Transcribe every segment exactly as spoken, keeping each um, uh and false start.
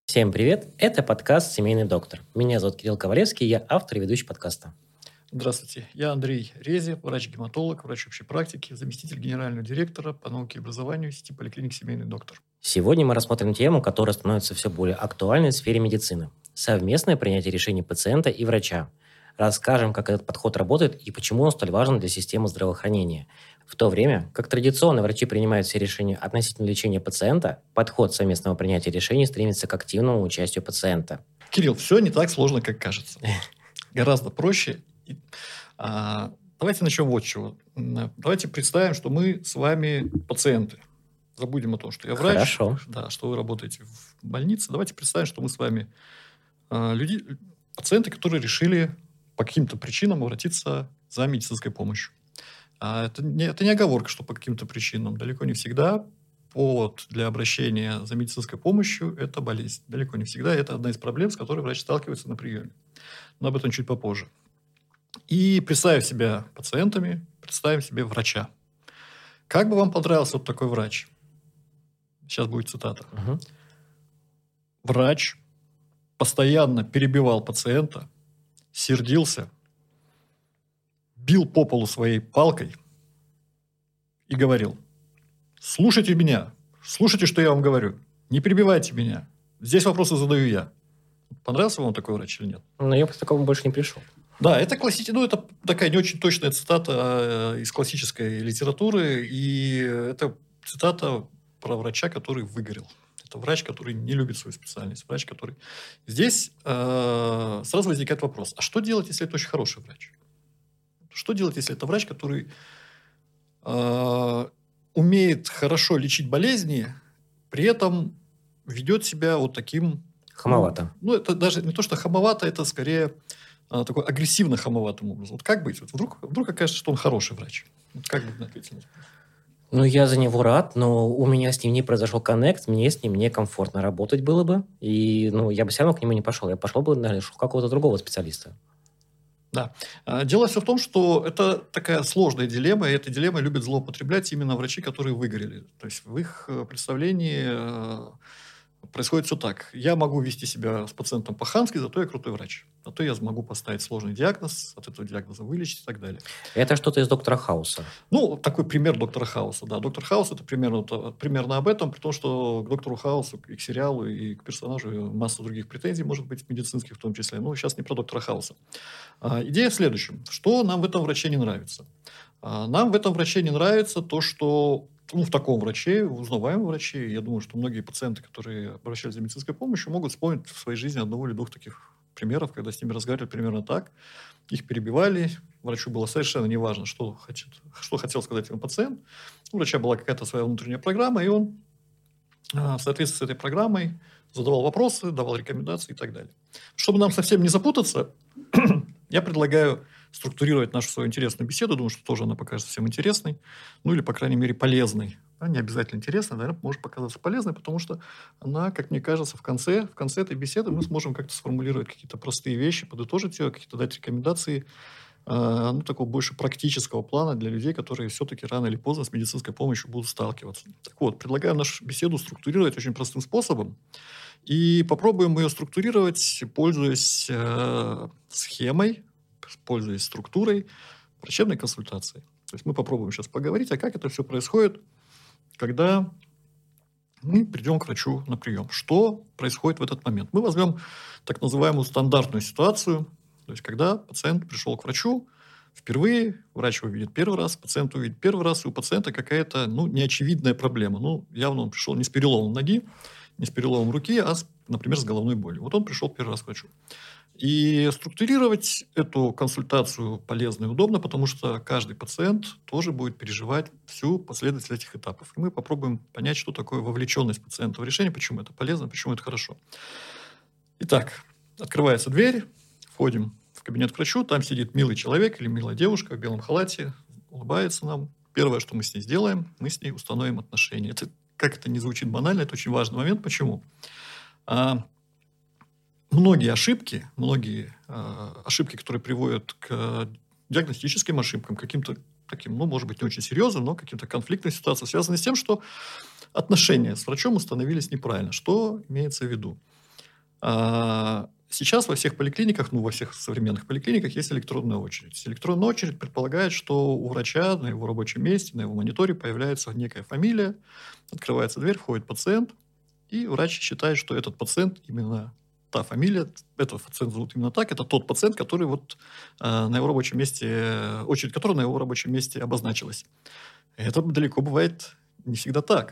Всем привет! Это подкаст «Семейный доктор». Меня зовут Кирилл Ковалевский, я автор и ведущий подкаста. Здравствуйте, я Андрей Рези, врач-гематолог, врач общей практики, заместитель генерального директора по науке и образованию сети поликлиник «Семейный доктор». Сегодня мы рассмотрим тему, которая становится все более актуальной в сфере медицины. Совместное принятие решений пациента и врача. Расскажем, как этот подход работает и почему он столь важен для системы здравоохранения. В то время, как традиционно врачи принимают все решения относительно лечения пациента, подход совместного принятия решений стремится к активному участию пациента. Кирилл, все не так сложно, как кажется. Гораздо проще. А, давайте начнем вот с чего. Давайте представим, что мы с вами пациенты. Забудем о том, что я врач, Хорошо. да, что вы работаете в больнице. Давайте представим, что мы с вами а, люди, пациенты, которые решили по каким-то причинам обратиться за медицинской помощью. А это, не, это не оговорка, что по каким-то причинам. Далеко не всегда повод для обращения за медицинской помощью – это болезнь. Далеко не всегда. Это одна из проблем, с которой врач сталкивается на приеме. Но об этом чуть попозже. И представив себя пациентами, представим себе врача. Как бы вам понравился вот такой врач? Сейчас будет цитата. Угу. Врач постоянно перебивал пациента, сердился, бил по полу своей палкой и говорил: слушайте меня, слушайте, что я вам говорю, не перебивайте меня, здесь вопросы задаю я. Понравился вам такой врач или нет? Но я после такого больше не пришел. Да, это классическая, ну, это такая не очень точная цитата из классической литературы, и это цитата про врача, который выгорел. Это врач, который не любит свою специальность, врач, который... Здесь э, сразу возникает вопрос, а что делать, если это очень хороший врач? Что делать, если это врач, который э, умеет хорошо лечить болезни, при этом ведет себя вот таким... Хамовато. Ну, ну, это даже не то, что хамовато, это скорее э, такой агрессивно-хамоватым образом. Вот как быть? Вот вдруг, вдруг окажется, что он хороший врач. Вот как бы ответить на это? Ну, я за него рад, но у меня с ним не произошел коннект, мне с ним некомфортно работать было бы, и ну, я бы все равно к нему не пошел. Я пошел бы, наверное, в какого-то другого специалиста. Да. Дело все в том, что это такая сложная дилемма, и этой дилеммой любят злоупотреблять именно врачи, которые выгорели. То есть в их представлении происходит все так. Я могу вести себя с пациентом по-хамски, зато я крутой врач. Зато я могу поставить сложный диагноз, от этого диагноза вылечить и так далее. Это что-то из «Доктора Хауса». Ну, такой пример «Доктора Хауса». Да, «Доктор Хаус» — это примерно, примерно об этом, при том, что к «Доктору Хаусу», и к сериалу, и к персонажу масса других претензий, может быть, медицинских в том числе. Но сейчас не про «Доктора Хауса». А, идея в следующем. Что нам в этом враче не нравится? А, нам в этом враче не нравится то, что... Ну, в таком враче, в узнаваемом враче, я думаю, что многие пациенты, которые обращались за медицинской помощью, могут вспомнить в своей жизни одного или двух таких примеров, когда с ними разговаривали примерно так. Их перебивали, врачу было совершенно неважно, что, хочет, что хотел сказать ему пациент. У врача была какая-то своя внутренняя программа, и он в соответствии с этой программой задавал вопросы, давал рекомендации и так далее. Чтобы нам совсем не запутаться, я предлагаю структурировать нашу свою интересную беседу. Думаю, что тоже она покажется всем интересной. Ну, или, по крайней мере, полезной. А не обязательно интересной, наверное, может показаться полезной, потому что она, как мне кажется, в конце, в конце этой беседы мы сможем как-то сформулировать какие-то простые вещи, подытожить ее, какие-то дать рекомендации, э, ну, такого больше практического плана для людей, которые все-таки рано или поздно с медицинской помощью будут сталкиваться. Так вот, предлагаю нашу беседу структурировать очень простым способом. И попробуем ее структурировать, пользуясь э, схемой, пользуясь структурой врачебной консультации. То есть мы попробуем сейчас поговорить, а как это все происходит, когда мы придем к врачу на прием. Что происходит в этот момент? Мы возьмем так называемую стандартную ситуацию, то есть когда пациент пришел к врачу впервые, врач его видит первый раз, пациент увидит первый раз, и у пациента какая-то ну, неочевидная проблема. Ну, явно он пришел не с переломом ноги, не с переломом руки, а, с, например, с головной болью. Вот он пришел первый раз к врачу. И структурировать эту консультацию полезно и удобно, потому что каждый пациент тоже будет переживать всю последовательность этих этапов. И мы попробуем понять, что такое вовлеченность пациента в решение, почему это полезно, почему это хорошо. Итак, открывается дверь, входим в кабинет к врачу, там сидит милый человек или милая девушка в белом халате, улыбается нам. Первое, что мы с ней сделаем, мы с ней установим отношения. Это, как это не звучит банально, это очень важный момент. Почему? А, Многие ошибки, многие э, ошибки, которые приводят к диагностическим ошибкам, каким-то таким, ну, может быть, не очень серьезным, но каким-то конфликтным ситуациям, связаны с тем, что отношения с врачом установились неправильно. Что имеется в виду? А, Сейчас во всех поликлиниках, ну, во всех современных поликлиниках есть электронная очередь. Электронная очередь предполагает, что у врача на его рабочем месте, на его мониторе появляется некая фамилия, открывается дверь, входит пациент, и врач считает, что этот пациент именно та фамилия, этого пациента зовут именно так, это тот пациент, который вот э, на его рабочем месте, очередь которого на его рабочем месте обозначилась. Это далеко бывает не всегда так.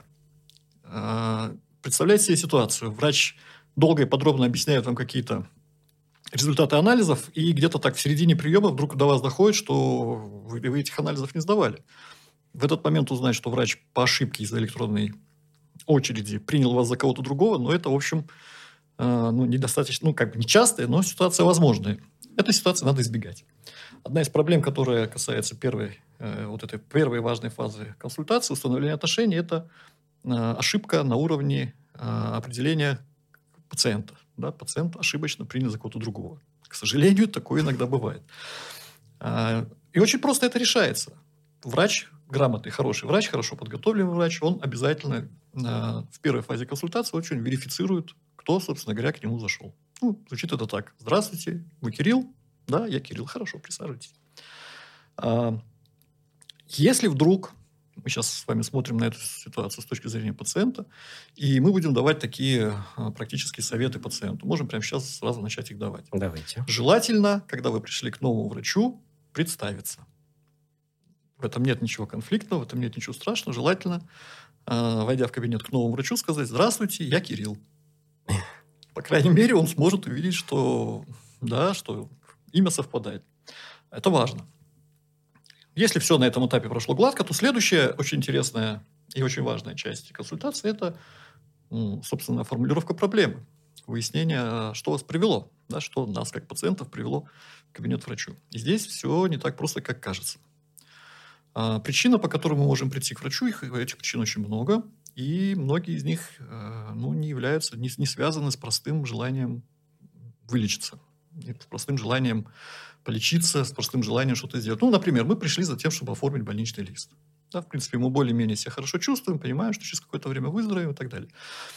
Э, представляете себе ситуацию. Врач долго и подробно объясняет вам какие-то результаты анализов, и где-то так в середине приема вдруг до вас доходит, что вы, вы этих анализов не сдавали. В этот момент узнать, что врач по ошибке из-за электронной очереди принял вас за кого-то другого, но это, в общем, э, ну, недостаточно, ну, как бы нечастая, но ситуация возможная. Этой ситуации надо избегать. Одна из проблем, которая касается первой, э, вот этой первой важной фазы консультации, установления отношений, это э, ошибка на уровне э, определения пациента. Да, пациент ошибочно принял за кого-то другого. К сожалению, такое иногда бывает. А, И очень просто это решается. Врач, грамотный, хороший врач, хорошо подготовленный врач, он обязательно а, в первой фазе консультации очень верифицирует, кто, собственно говоря, к нему зашел. Ну, звучит это так. Здравствуйте, вы Кирилл? Да, я Кирилл. Хорошо, присаживайтесь. А, Если вдруг мы сейчас с вами смотрим на эту ситуацию с точки зрения пациента, и мы будем давать такие а, практические советы пациенту. Можем прямо сейчас сразу начать их давать. Давайте. Желательно, когда вы пришли к новому врачу, представиться. В этом нет ничего конфликтного, в этом нет ничего страшного. Желательно, а, войдя в кабинет к новому врачу, сказать: «Здравствуйте, я Кирилл». По крайней мере, он сможет увидеть, что, да, что имя совпадает. Это важно. Если все на этом этапе прошло гладко, то следующая очень интересная и очень важная часть консультации – это, ну, собственно, формулировка проблемы, выяснение, что вас привело, да, что нас, как пациентов, привело в кабинет к врачу. И здесь все не так просто, как кажется. А, причина, по которой мы можем прийти к врачу, их, этих причин очень много, и многие из них э, ну, не являются, не, не связаны с простым желанием вылечиться, с простым желанием полечиться, с простым желанием что-то сделать. Ну, например, мы пришли за тем, чтобы оформить больничный лист. Да, в принципе, мы более-менее себя хорошо чувствуем, понимаем, что через какое-то время выздоровеем и так далее.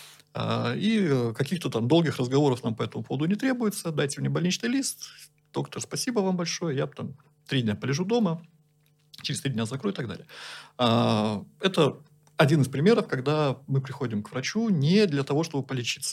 А, и э, каких-то там долгих разговоров нам по этому поводу не требуется. Дайте мне больничный лист. Доктор, спасибо вам большое. Я там три дня полежу дома, через три дня закрою и так далее. А, это один из примеров, когда мы приходим к врачу не для того, чтобы полечиться.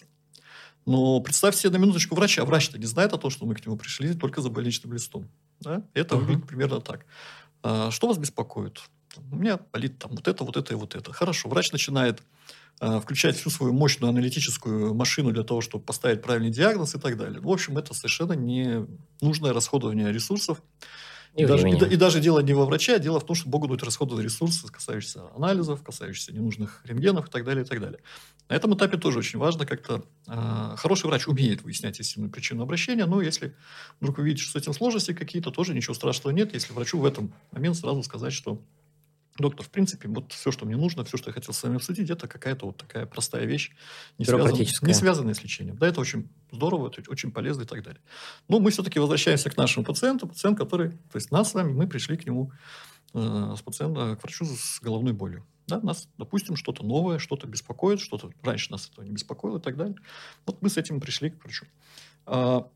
Но представьте себе на минуточку врача. Врач-то не знает о том, что мы к нему пришли только за больничным листом. Да? Это uh-huh. выглядит примерно так. А, что вас беспокоит? У меня болит там вот это, вот это и вот это. Хорошо. Врач начинает а, включать всю свою мощную аналитическую машину для того, чтобы поставить правильный диагноз и так далее. В общем, это совершенно не нужное расходование ресурсов. И, и, даже, и, и даже дело не во враче, а дело в том, что могут быть расходованы ресурсы, касающиеся анализов, касающиеся ненужных рентгенов и так далее, и так далее. На этом этапе тоже очень важно как-то... Э, хороший врач умеет выяснять истинную причину обращения, но если вдруг вы видите, что с этим сложности какие-то, тоже ничего страшного нет, если врачу в этом момент сразу сказать, что доктор, в принципе, вот все, что мне нужно, все, что я хотел с вами обсудить, это какая-то вот такая простая вещь, не, связан, не связанная с лечением. Да, это очень здорово, это очень полезно и так далее. Но мы все-таки возвращаемся к нашему пациенту, пациент, который, то есть нас с вами, мы пришли к нему, э, с пациента, к врачу с головной болью. Да, нас, допустим, что-то новое, что-то беспокоит, что-то раньше нас этого не беспокоило и так далее. Вот мы с этим пришли к врачу. А,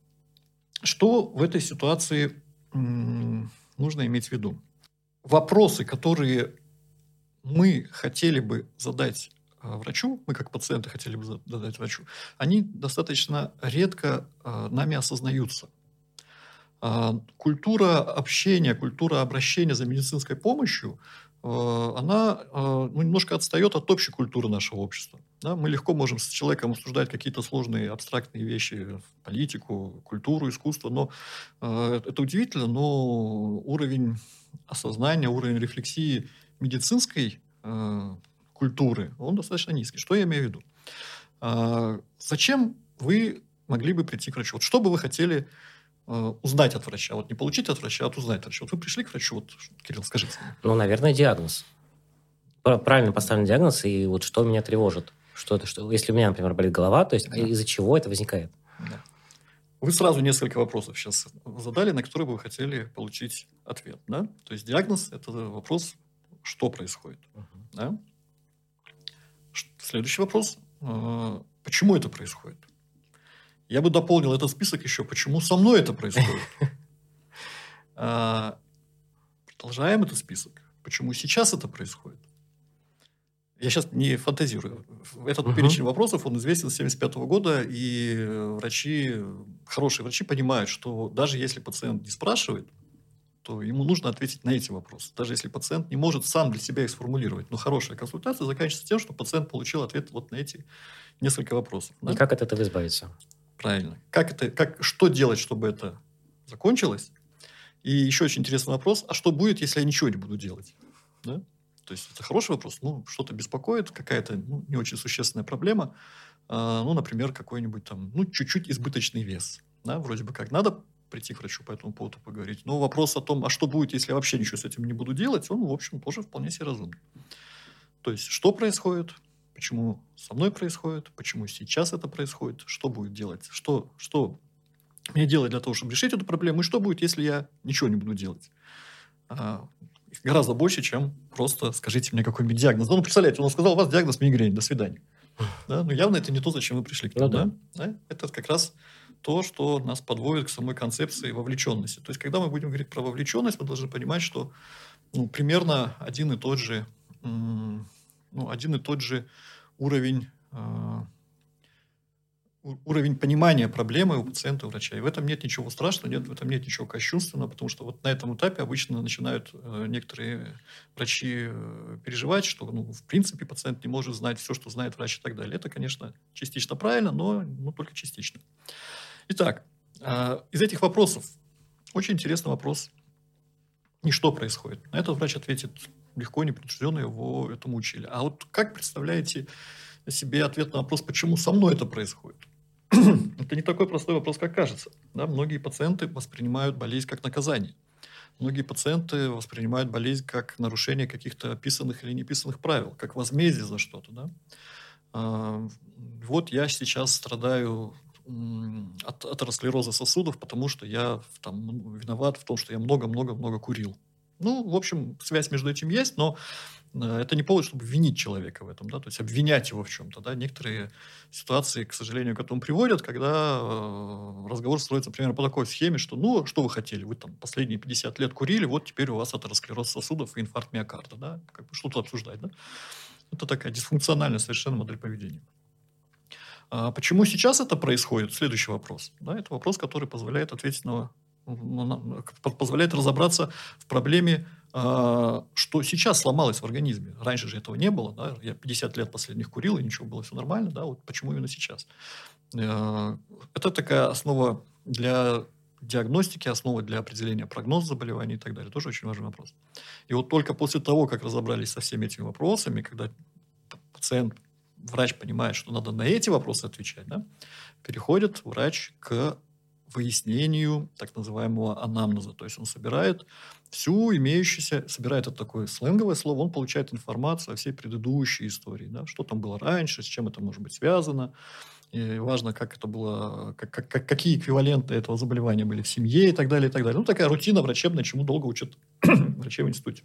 что в этой ситуации м- нужно иметь в виду? Вопросы, которые мы хотели бы задать э, врачу, мы как пациенты хотели бы задать врачу, они достаточно редко э, нами осознаются. Э, культура общения, культура обращения за медицинской помощью, э, она э, ну, немножко отстает от общей культуры нашего общества. Да? Мы легко можем с человеком обсуждать какие-то сложные абстрактные вещи, политику, культуру, искусство, но э, это удивительно, но уровень осознания, уровень рефлексии медицинской э, культуры, он достаточно низкий. Что я имею в виду? А, зачем вы могли бы прийти к врачу? Вот что бы вы хотели э, узнать от врача? Вот не получить от врача, а от узнать от врача. Вот вы пришли к врачу, вот, Кирилл, скажите. Ну, наверное, диагноз. Правильно поставлен диагноз, и вот что меня тревожит. Что это, что, если у меня, например, болит голова, то есть да. из-за чего это возникает? Да. Вы сразу несколько вопросов сейчас задали, на которые бы вы хотели получить ответ. Да? То есть диагноз – это вопрос, что происходит. Uh-huh. Да? Следующий вопрос – почему это происходит? Я бы дополнил этот список еще, почему со мной это происходит. Продолжаем этот список. Почему сейчас это происходит? Я сейчас не фантазирую. Этот uh-huh. перечень вопросов, он известен с семьдесят пятого года, и врачи, хорошие врачи понимают, что даже если пациент не спрашивает, то ему нужно ответить на эти вопросы. Даже если пациент не может сам для себя их сформулировать. Но хорошая консультация заканчивается тем, что пациент получил ответ вот на эти несколько вопросов. Да? И как от этого избавиться? Правильно. Как это, как, что делать, чтобы это закончилось? И еще очень интересный вопрос, а что будет, если я ничего не буду делать? Да? То есть, это хороший вопрос. Ну, что-то беспокоит, какая-то ну, не очень существенная проблема. А, ну, например, какой-нибудь там, ну, чуть-чуть избыточный вес. Да? Вроде бы как надо прийти к врачу по этому поводу поговорить. Но вопрос о том, а что будет, если я вообще ничего с этим не буду делать, он, в общем, тоже вполне себе разумный. То есть, что происходит, почему со мной происходит, почему сейчас это происходит, что будет делать, что, что мне делать для того, чтобы решить эту проблему, и что будет, если я ничего не буду делать. А, гораздо больше, чем просто скажите мне какой-нибудь диагноз. Ну, представляете, он сказал, у вас диагноз мигрень, до свидания. Да? Ну, явно это не то, зачем вы пришли к нам. Ну, да. Да? Это как раз то, что нас подводит к самой концепции вовлеченности. То есть, когда мы будем говорить про вовлеченность, мы должны понимать, что ну, примерно один и тот же, м- ну, один и тот же уровень, э- уровень понимания проблемы у пациента и у врача. И в этом нет ничего страшного, нет, в этом нет ничего кощунственного, потому что вот на этом этапе обычно начинают э, некоторые врачи э, переживать, что ну, в принципе пациент не может знать все, что знает врач и так далее. Это, конечно, частично правильно, но ну, только частично. Итак, э, из этих вопросов очень интересный вопрос. И что происходит? На этот врач ответит легко, непринужденно, его этому учили. А вот как представляете себе ответ на вопрос, почему со мной это происходит? Это не такой простой вопрос, как кажется. Да? Многие пациенты воспринимают болезнь как наказание. Многие пациенты воспринимают болезнь как нарушение каких-то описанных или неписанных правил, как возмездие за что-то. Да? А, вот я сейчас страдаю от атеросклероза сосудов, потому что я там, виноват в том, что я много-много-много курил. Ну, в общем, связь между этим есть, но это не повод, чтобы винить человека в этом, да, то есть обвинять его в чем-то, да. Некоторые ситуации, к сожалению, к этому приводят, когда э, разговор строится примерно по такой схеме, что, ну, что вы хотели, вы там последние пятьдесят лет курили, вот теперь у вас атеросклероз сосудов и инфаркт миокарда, да, как бы что тут обсуждать, да. Это такая дисфункциональная совершенно модель поведения. А почему сейчас это происходит? Следующий вопрос, да, это вопрос, который позволяет ответить на, на, на позволяет разобраться в проблеме, что сейчас сломалось в организме. Раньше же этого не было. Да? Я пятьдесят лет последних курил, и ничего, было все нормально. Да? Вот почему именно сейчас? Это такая основа для диагностики, основа для определения прогноза заболеваний и так далее. Тоже очень важный вопрос. И вот только после того, как разобрались со всеми этими вопросами, когда пациент, врач понимает, что надо на эти вопросы отвечать, да, переходит врач к выяснению так называемого анамнеза. То есть он собирает всю имеющуюся, собирает это такое сленговое слово, он получает информацию о всей предыдущей истории, да, что там было раньше, с чем это может быть связано. И важно, как это было, как, как, какие эквиваленты этого заболевания были в семье и так далее, и так далее. Ну, такая рутина врачебная, чему долго учат врачи в институте.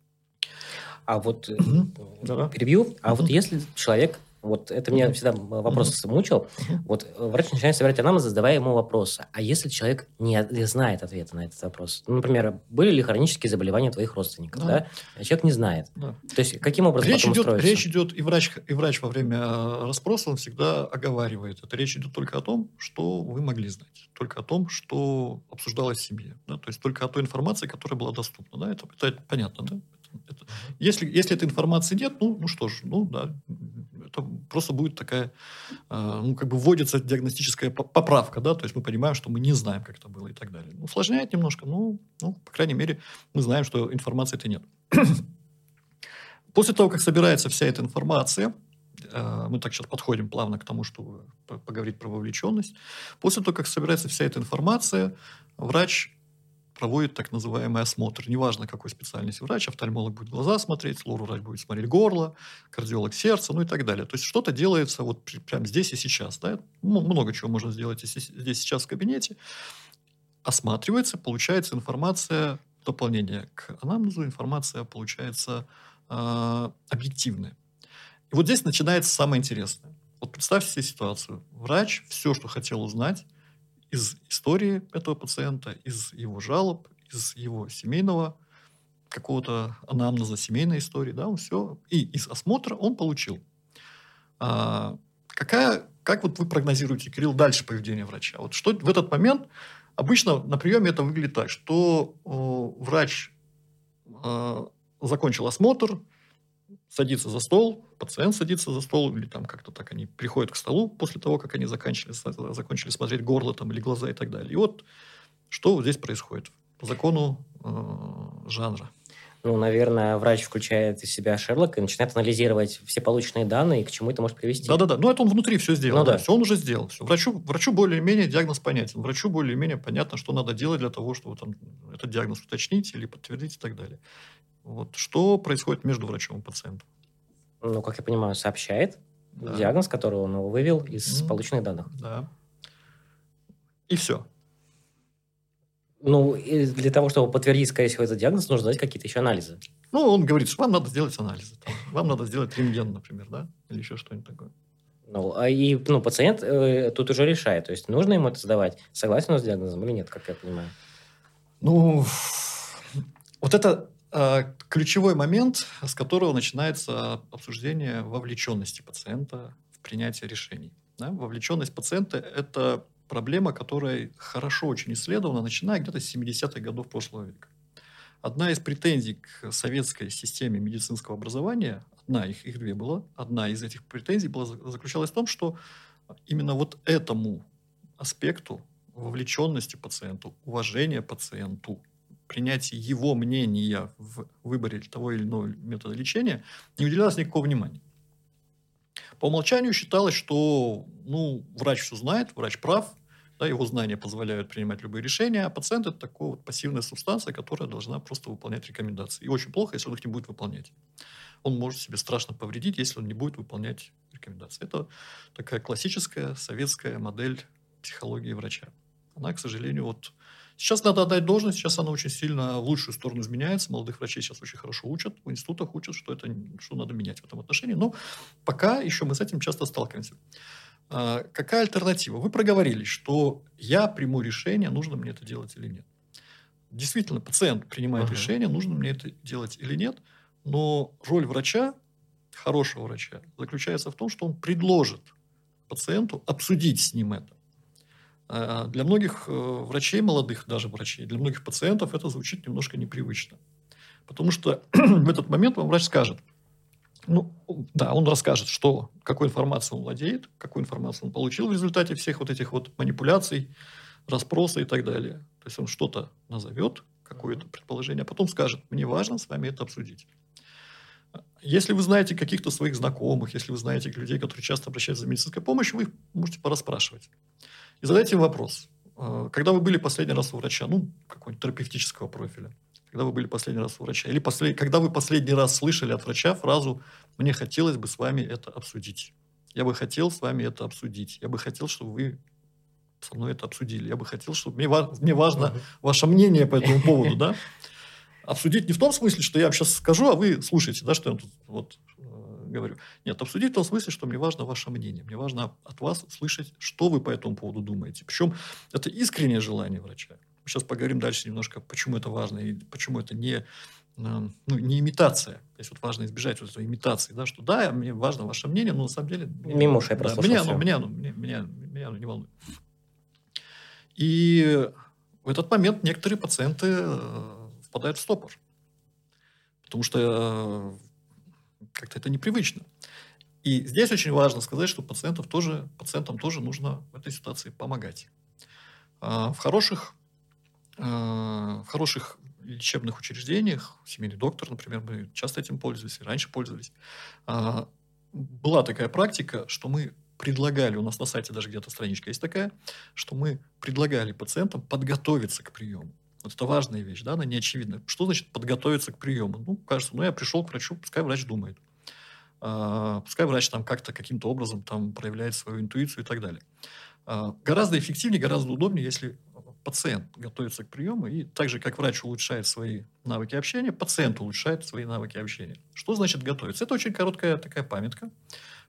А вот mm-hmm. перебью. А mm-hmm. вот если человек... Вот это меня всегда вопрос mm-hmm. мучил. Mm-hmm. Вот врач начинает собирать анамнезы, задавая ему вопросы. А если человек не, не знает ответа на этот вопрос? Ну, например, были ли хронические заболевания твоих родственников? Да. Да? А человек не знает. Да. То есть, каким образом речь потом идет, устроиться? Речь идет, и врач, и врач во время расспроса он всегда оговаривает. Это речь идет только о том, что вы могли знать. Только о том, что обсуждалось в семье. Да? То есть, только о той информации, которая была доступна. Да? Это, это понятно, да? Это, если, если этой информации нет, ну, ну что ж, ну да, это просто будет такая, э, ну, как бы вводится диагностическая поправка, да, то есть мы понимаем, что мы не знаем, как это было и так далее. Усложняет немножко, но, ну, по крайней мере, мы знаем, что информации-то нет. После того, как собирается вся эта информация, э, мы так сейчас подходим плавно к тому, чтобы поговорить про вовлеченность. После того, как собирается вся эта информация, врач проводит так называемый осмотр. Неважно, какой специальности врач, офтальмолог будет глаза смотреть, лор-врач будет смотреть горло, кардиолог сердце, ну и так далее. То есть, что-то делается вот прямо здесь и сейчас. Да? Много чего можно сделать здесь и сейчас в кабинете. Осматривается, получается информация, дополнение к анамнезу, информация получается э, объективная. И вот здесь начинается самое интересное. Вот представьте себе ситуацию. Врач все, что хотел узнать из истории этого пациента, из его жалоб, из его семейного какого-то анамнеза, семейной истории, да, он все, и из осмотра он получил. А, какая, как вот вы прогнозируете, Кирилл, дальше поведение врача? Вот что в этот момент обычно на приеме это выглядит так, что о, врач э, закончил осмотр, садится за стол, пациент садится за стол, или там как-то так они приходят к столу после того, как они заканчивали, закончили смотреть горло там, или глаза и так далее. И вот что вот здесь происходит по закону э, жанра. Ну, наверное, врач включает из себя Шерлока и начинает анализировать все полученные данные и к чему это может привести. Да-да-да. Ну, это он внутри все сделал. Ну да. да. Все он уже сделал. Все. Врачу, врачу более-менее диагноз понятен. Врачу более-менее понятно, что надо делать для того, чтобы там, этот диагноз уточнить или подтвердить и так далее. Вот. Что происходит между врачом и пациентом? Ну, как я понимаю, сообщает Да. диагноз, который он вывел из М, полученных данных. Да. И все. Ну, и для того, чтобы подтвердить, скорее всего, этот диагноз, нужно дать какие-то еще анализы. Ну, он говорит, что вам надо сделать анализы. Там, вам надо сделать рентген, например, да? Или еще что-нибудь такое. Ну, а и ну, пациент э, тут уже решает, то есть нужно ему это сдавать, согласен он с диагнозом или нет, как я понимаю. Ну, вот это э, ключевой момент, с которого начинается обсуждение вовлеченности пациента в принятие решений. Да? Вовлеченность пациента – это проблема, которая хорошо очень исследована, начиная где-то с семидесятых годов прошлого века. Одна из претензий к советской системе медицинского образования, одна их, их две было, одна из этих претензий была, заключалась в том, что именно вот этому аспекту вовлеченности пациенту, уважения пациенту, принятия его мнения в выборе того или иного метода лечения не уделялось никакого внимания. По умолчанию считалось, что ну, врач все знает, врач прав, да, его знания позволяют принимать любые решения, а пациент – это такая вот пассивная субстанция, которая должна просто выполнять рекомендации. И очень плохо, если он их не будет выполнять. Он может себе страшно повредить, если он не будет выполнять рекомендации. Это такая классическая советская модель психологии врача. Она, к сожалению, вот... Сейчас надо отдать должность, сейчас она очень сильно в лучшую сторону изменяется. Молодых врачей сейчас очень хорошо учат, в институтах учат, что это что надо менять в этом отношении. Но пока еще мы с этим часто сталкиваемся. А, какая альтернатива? Вы проговорились, что я приму решение, нужно мне это делать или нет. Действительно, пациент принимает Мгм. решение, нужно мне это делать или нет. Но роль врача, хорошего врача, заключается в том, что он предложит пациенту обсудить с ним это. А, Для многих э, врачей, молодых даже врачей, для многих пациентов это звучит немножко непривычно. Потому что в этот момент вам врач скажет, ну, да, он расскажет, что, какой информацией он владеет, какую информацию он получил в результате всех вот этих вот манипуляций, расспроса и так далее. То есть он что-то назовет, какое-то предположение, а потом скажет, мне важно с вами это обсудить. Если вы знаете каких-то своих знакомых, если вы знаете людей, которые часто обращаются за медицинской помощью, вы их можете порасспрашивать. И задайте им вопрос. Э, Когда вы были последний раз у врача, ну, какого-нибудь терапевтического профиля, когда вы были последний раз у врача, или послед... когда вы последний раз слышали от врача фразу «мне хотелось бы с вами это обсудить». Я бы хотел с вами это обсудить. Я бы хотел, чтобы вы со мной это обсудили. Я бы хотел, чтобы... Мне, ва- мне важно Мгм. ваше мнение по этому поводу, да? Обсудить не в том смысле, что я вам сейчас скажу, а вы слушаете, да, что я тут вот э, говорю. Нет, обсудить в том смысле, что мне важно ваше мнение. Мне важно от вас услышать, что вы по этому поводу думаете. Причем это искреннее желание врача. Мы сейчас поговорим дальше немножко, почему это важно и почему это не, э, ну, не имитация. То есть вот важно избежать вот этой имитации, да, что да, мне важно ваше мнение, но на самом деле... мне- Мимо ушей да, прослушал меня, всё. оно, меня, оно, меня, меня, меня оно не волнует. И в этот момент некоторые пациенты э, впадают в стопор. Потому что э, как-то это непривычно. И здесь очень важно сказать, что пациентов тоже, пациентам тоже нужно в этой ситуации помогать. А, В хороших, э, в хороших лечебных учреждениях, семейный доктор, например, мы часто этим пользовались, и раньше пользовались, а, была такая практика, что мы предлагали, у нас на сайте даже где-то страничка есть такая, что мы предлагали пациентам подготовиться к приему. Вот это важная вещь, да, она не очевидна. Что значит подготовиться к приему? Ну, кажется, ну, я пришел к врачу, пускай врач думает. А, пускай врач там как-то, каким-то образом там проявляет свою интуицию и так далее. А, гораздо эффективнее, гораздо удобнее, если пациент готовится к приему, и так же, как врач улучшает свои навыки общения, пациент улучшает свои навыки общения. Что значит готовиться? Это очень короткая такая памятка, в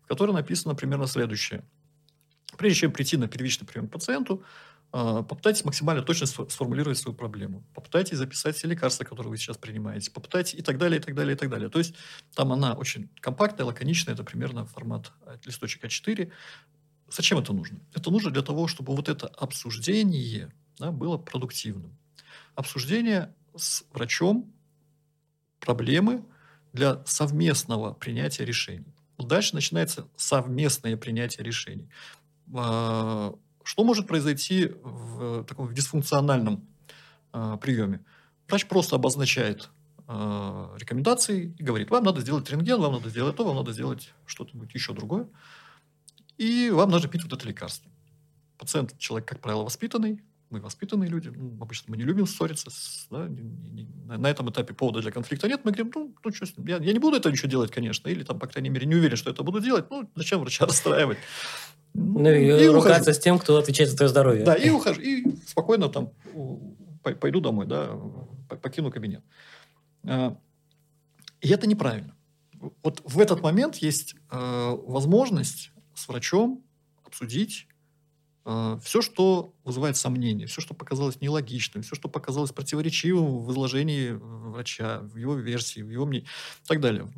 в которой написано примерно следующее. Прежде чем прийти на первичный прием к пациенту, попытайтесь максимально точно сформулировать свою проблему. Попытайтесь записать все лекарства, которые вы сейчас принимаете. Попытайтесь и так далее, и так далее, и так далее. То есть, там она очень компактная, лаконичная. Это примерно формат листочек а четыре. Зачем это нужно? Это нужно для того, чтобы вот это обсуждение, да, было продуктивным. Обсуждение с врачом проблемы для совместного принятия решений. Вот дальше начинается совместное принятие решений. Что может произойти в таком в дисфункциональном э, приеме? Врач просто обозначает э, рекомендации и говорит, вам надо сделать рентген, вам надо сделать то, вам надо сделать что-то еще другое, и вам нужно пить вот это лекарство. Пациент, человек, как правило, воспитанный, мы воспитанные люди, ну, обычно мы не любим ссориться, с, да, не, не, не, на этом этапе повода для конфликта нет, мы говорим, ну, ну что с ним, я, я не буду это ничего делать, конечно, или там, по крайней мере, не уверен, что это буду делать, ну, зачем врача расстраивать? Ну, и, и ругаться ухожу. С тем, кто отвечает за твое здоровье. Да, и ухожу, и спокойно там пойду домой, да, покину кабинет. И это неправильно. Вот в этот момент есть возможность с врачом обсудить все, что вызывает сомнения, все, что показалось нелогичным, все, что показалось противоречивым в изложении врача, в его версии, в его мнении и так далее.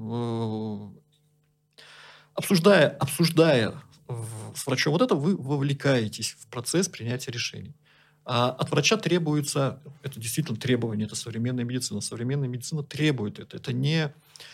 Обсуждая, обсуждая с врачом вот это, вы вовлекаетесь в процесс принятия решений. А от врача требуется, это действительно требование, это современная медицина. Современная медицина требует это. Это не,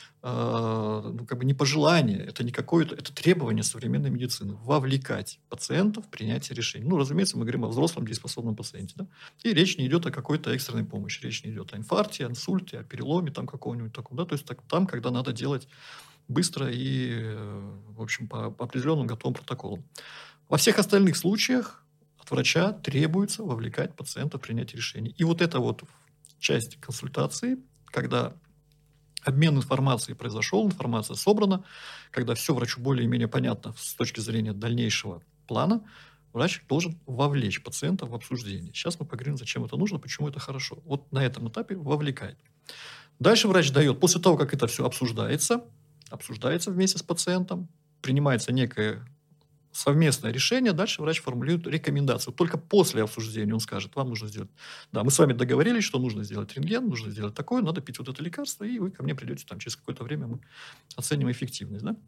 э, ну, как бы не пожелание, это не какое-то, это требование современной медицины. Вовлекать пациента в принятие решений. Ну, разумеется, мы говорим о взрослом дееспособном пациенте. Да? И речь не идет о какой-то экстренной помощи. Речь не идет о инфаркте, о инсульте, о переломе там какого-нибудь такого. Да? То есть так, там, когда надо делать быстро и, в общем, по, по определенным готовым протоколам. Во всех остальных случаях от врача требуется вовлекать пациента в принятие решений. И вот эта вот часть консультации, когда обмен информацией произошел, информация собрана, когда все врачу более-менее понятно с точки зрения дальнейшего плана, врач должен вовлечь пациента в обсуждение. Сейчас мы поговорим, зачем это нужно, почему это хорошо. Вот на этом этапе вовлекает. Дальше врач дает, после того, как это все обсуждается, обсуждается вместе с пациентом, принимается некое совместное решение, дальше врач формулирует рекомендацию. Только после обсуждения он скажет, вам нужно сделать... Да, мы с вами договорились, что нужно сделать рентген, нужно сделать такое, надо пить вот это лекарство, и вы ко мне придете там, через какое-то время, мы оценим эффективность. Да?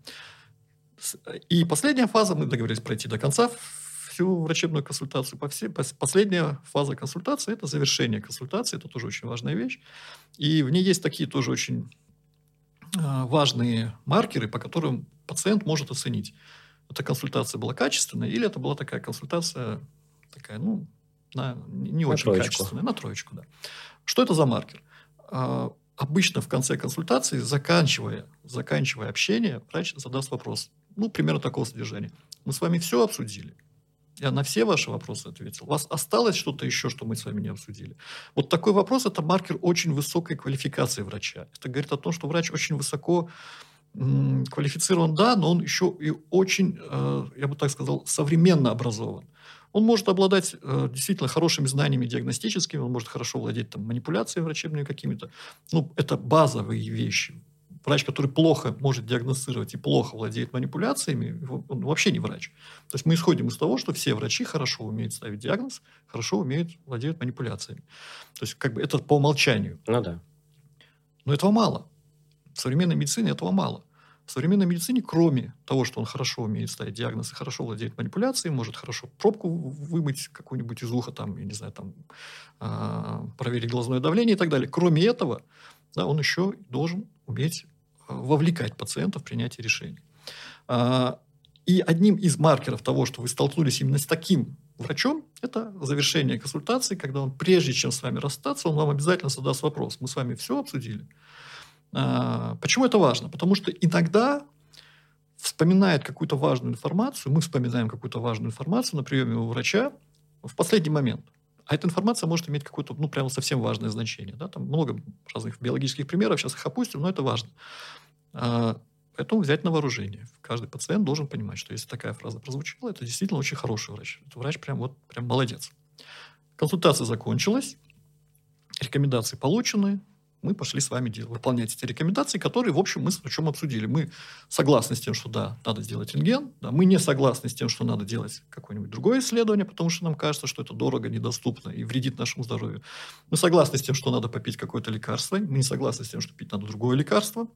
И последняя фаза, мы договорились пройти до конца всю врачебную консультацию. По все, последняя фаза консультации – это завершение консультации, это тоже очень важная вещь. И в ней есть такие тоже очень важные маркеры, по которым пациент может оценить, эта консультация была качественная или это была такая консультация такая, ну, на, не на очень троечку. Качественная, на троечку, да. Что это за маркер? А, обычно в конце консультации, заканчивая, заканчивая общение, врач задаст вопрос, ну, примерно такого содержания. Мы с вами все обсудили. Я на все ваши вопросы ответил. У вас осталось что-то еще, что мы с вами не обсудили? Вот такой вопрос – это маркер очень высокой квалификации врача. Это говорит о том, что врач очень высоко м, квалифицирован, да, но он еще и очень, э, я бы так сказал, современно образован. Он может обладать э, действительно хорошими знаниями диагностическими, он может хорошо владеть там, манипуляциями врачебными какими-то. Ну, это базовые вещи. Врач, который плохо может диагностировать и плохо владеет манипуляциями, он вообще не врач. То есть мы исходим из того, что все врачи хорошо умеют ставить диагноз, хорошо умеют владеть манипуляциями. То есть как бы это по умолчанию. Ну да. Но этого мало. В современной медицине этого мало. В современной медицине, кроме того, что он хорошо умеет ставить диагноз и хорошо владеет манипуляцией, может хорошо пробку вымыть какую-нибудь из уха, там, я не знаю, там, э, проверить глазное давление и так далее. Кроме этого, да, он еще должен уметь вовлекать пациента в принятие решений. И одним из маркеров того, что вы столкнулись именно с таким врачом, это завершение консультации, когда он, прежде чем с вами расстаться, он вам обязательно задаст вопрос. Мы с вами все обсудили. Почему это важно? Потому что иногда вспоминает какую-то важную информацию, мы вспоминаем какую-то важную информацию на приеме у врача в последний момент. А эта информация может иметь какое-то, ну, прямо совсем важное значение. Да? Там много разных биологических примеров, сейчас их опустим, но это важно. А, поэтому взять на вооружение. Каждый пациент должен понимать, что если такая фраза прозвучала, это действительно очень хороший врач. Это врач прям, вот, прям молодец. Консультация закончилась, рекомендации получены, мы пошли с вами делать, выполнять эти рекомендации, которые, в общем, мы с врачом обсудили. Мы согласны с тем, что да, надо сделать рентген, да, мы не согласны с тем, что надо делать какое-нибудь другое исследование, потому что нам кажется, что это дорого, недоступно и вредит нашему здоровью. Мы согласны с тем, что надо попить какое-то лекарство, мы не согласны с тем, что пить надо другое лекарство.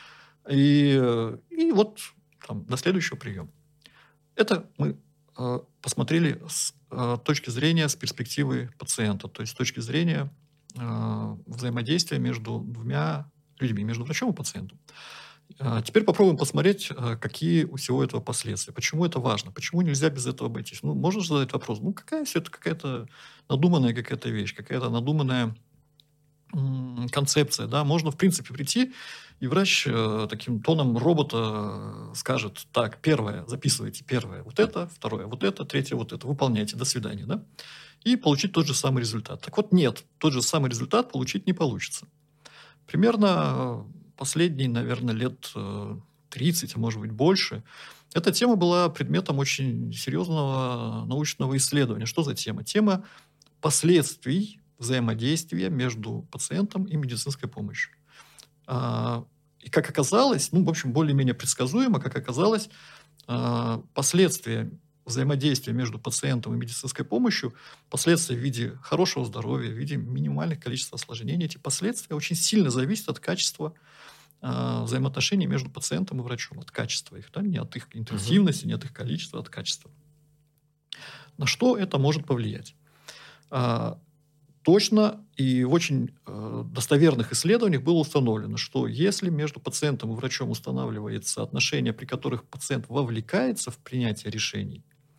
И, и вот там, до следующего приема. Это мы э, посмотрели с э, точки зрения, с перспективы пациента, то есть с точки зрения э, взаимодействия между двумя людьми, между врачом и пациентом. Э, теперь попробуем посмотреть, э, какие у всего этого последствия. Почему это важно? Почему нельзя без этого обойтись? Ну, можно же задать вопрос, ну, какая все это какая-то надуманная какая-то вещь, какая-то надуманная м, концепция, да? Можно, в принципе, прийти, и врач э, таким тоном робота э, скажет, так, первое, записывайте, первое, вот это, второе, вот это, третье, вот это, выполняйте, до свидания, да? И получить тот же самый результат. Так вот, нет, тот же самый результат получить не получится. Примерно последние, наверное, лет э, тридцать, а может быть больше, эта тема была предметом очень серьезного научного исследования. Что за тема? Тема последствий взаимодействия между пациентом и медицинской помощью. А, И как оказалось, ну, в общем, более-менее предсказуемо, как оказалось, а, последствия взаимодействия между пациентом и медицинской помощью, последствия в виде хорошего здоровья, в виде минимальных количества осложнений, эти последствия очень сильно зависят от качества а, взаимоотношений между пациентом и врачом, от качества их, да, не от их интенсивности, не от их количества, а от качества. На что это может повлиять? А, Точно и в очень э, достоверных исследованиях было установлено, что если между пациентом и врачом устанавливается отношение, при которых пациент вовлекается в принятие решений,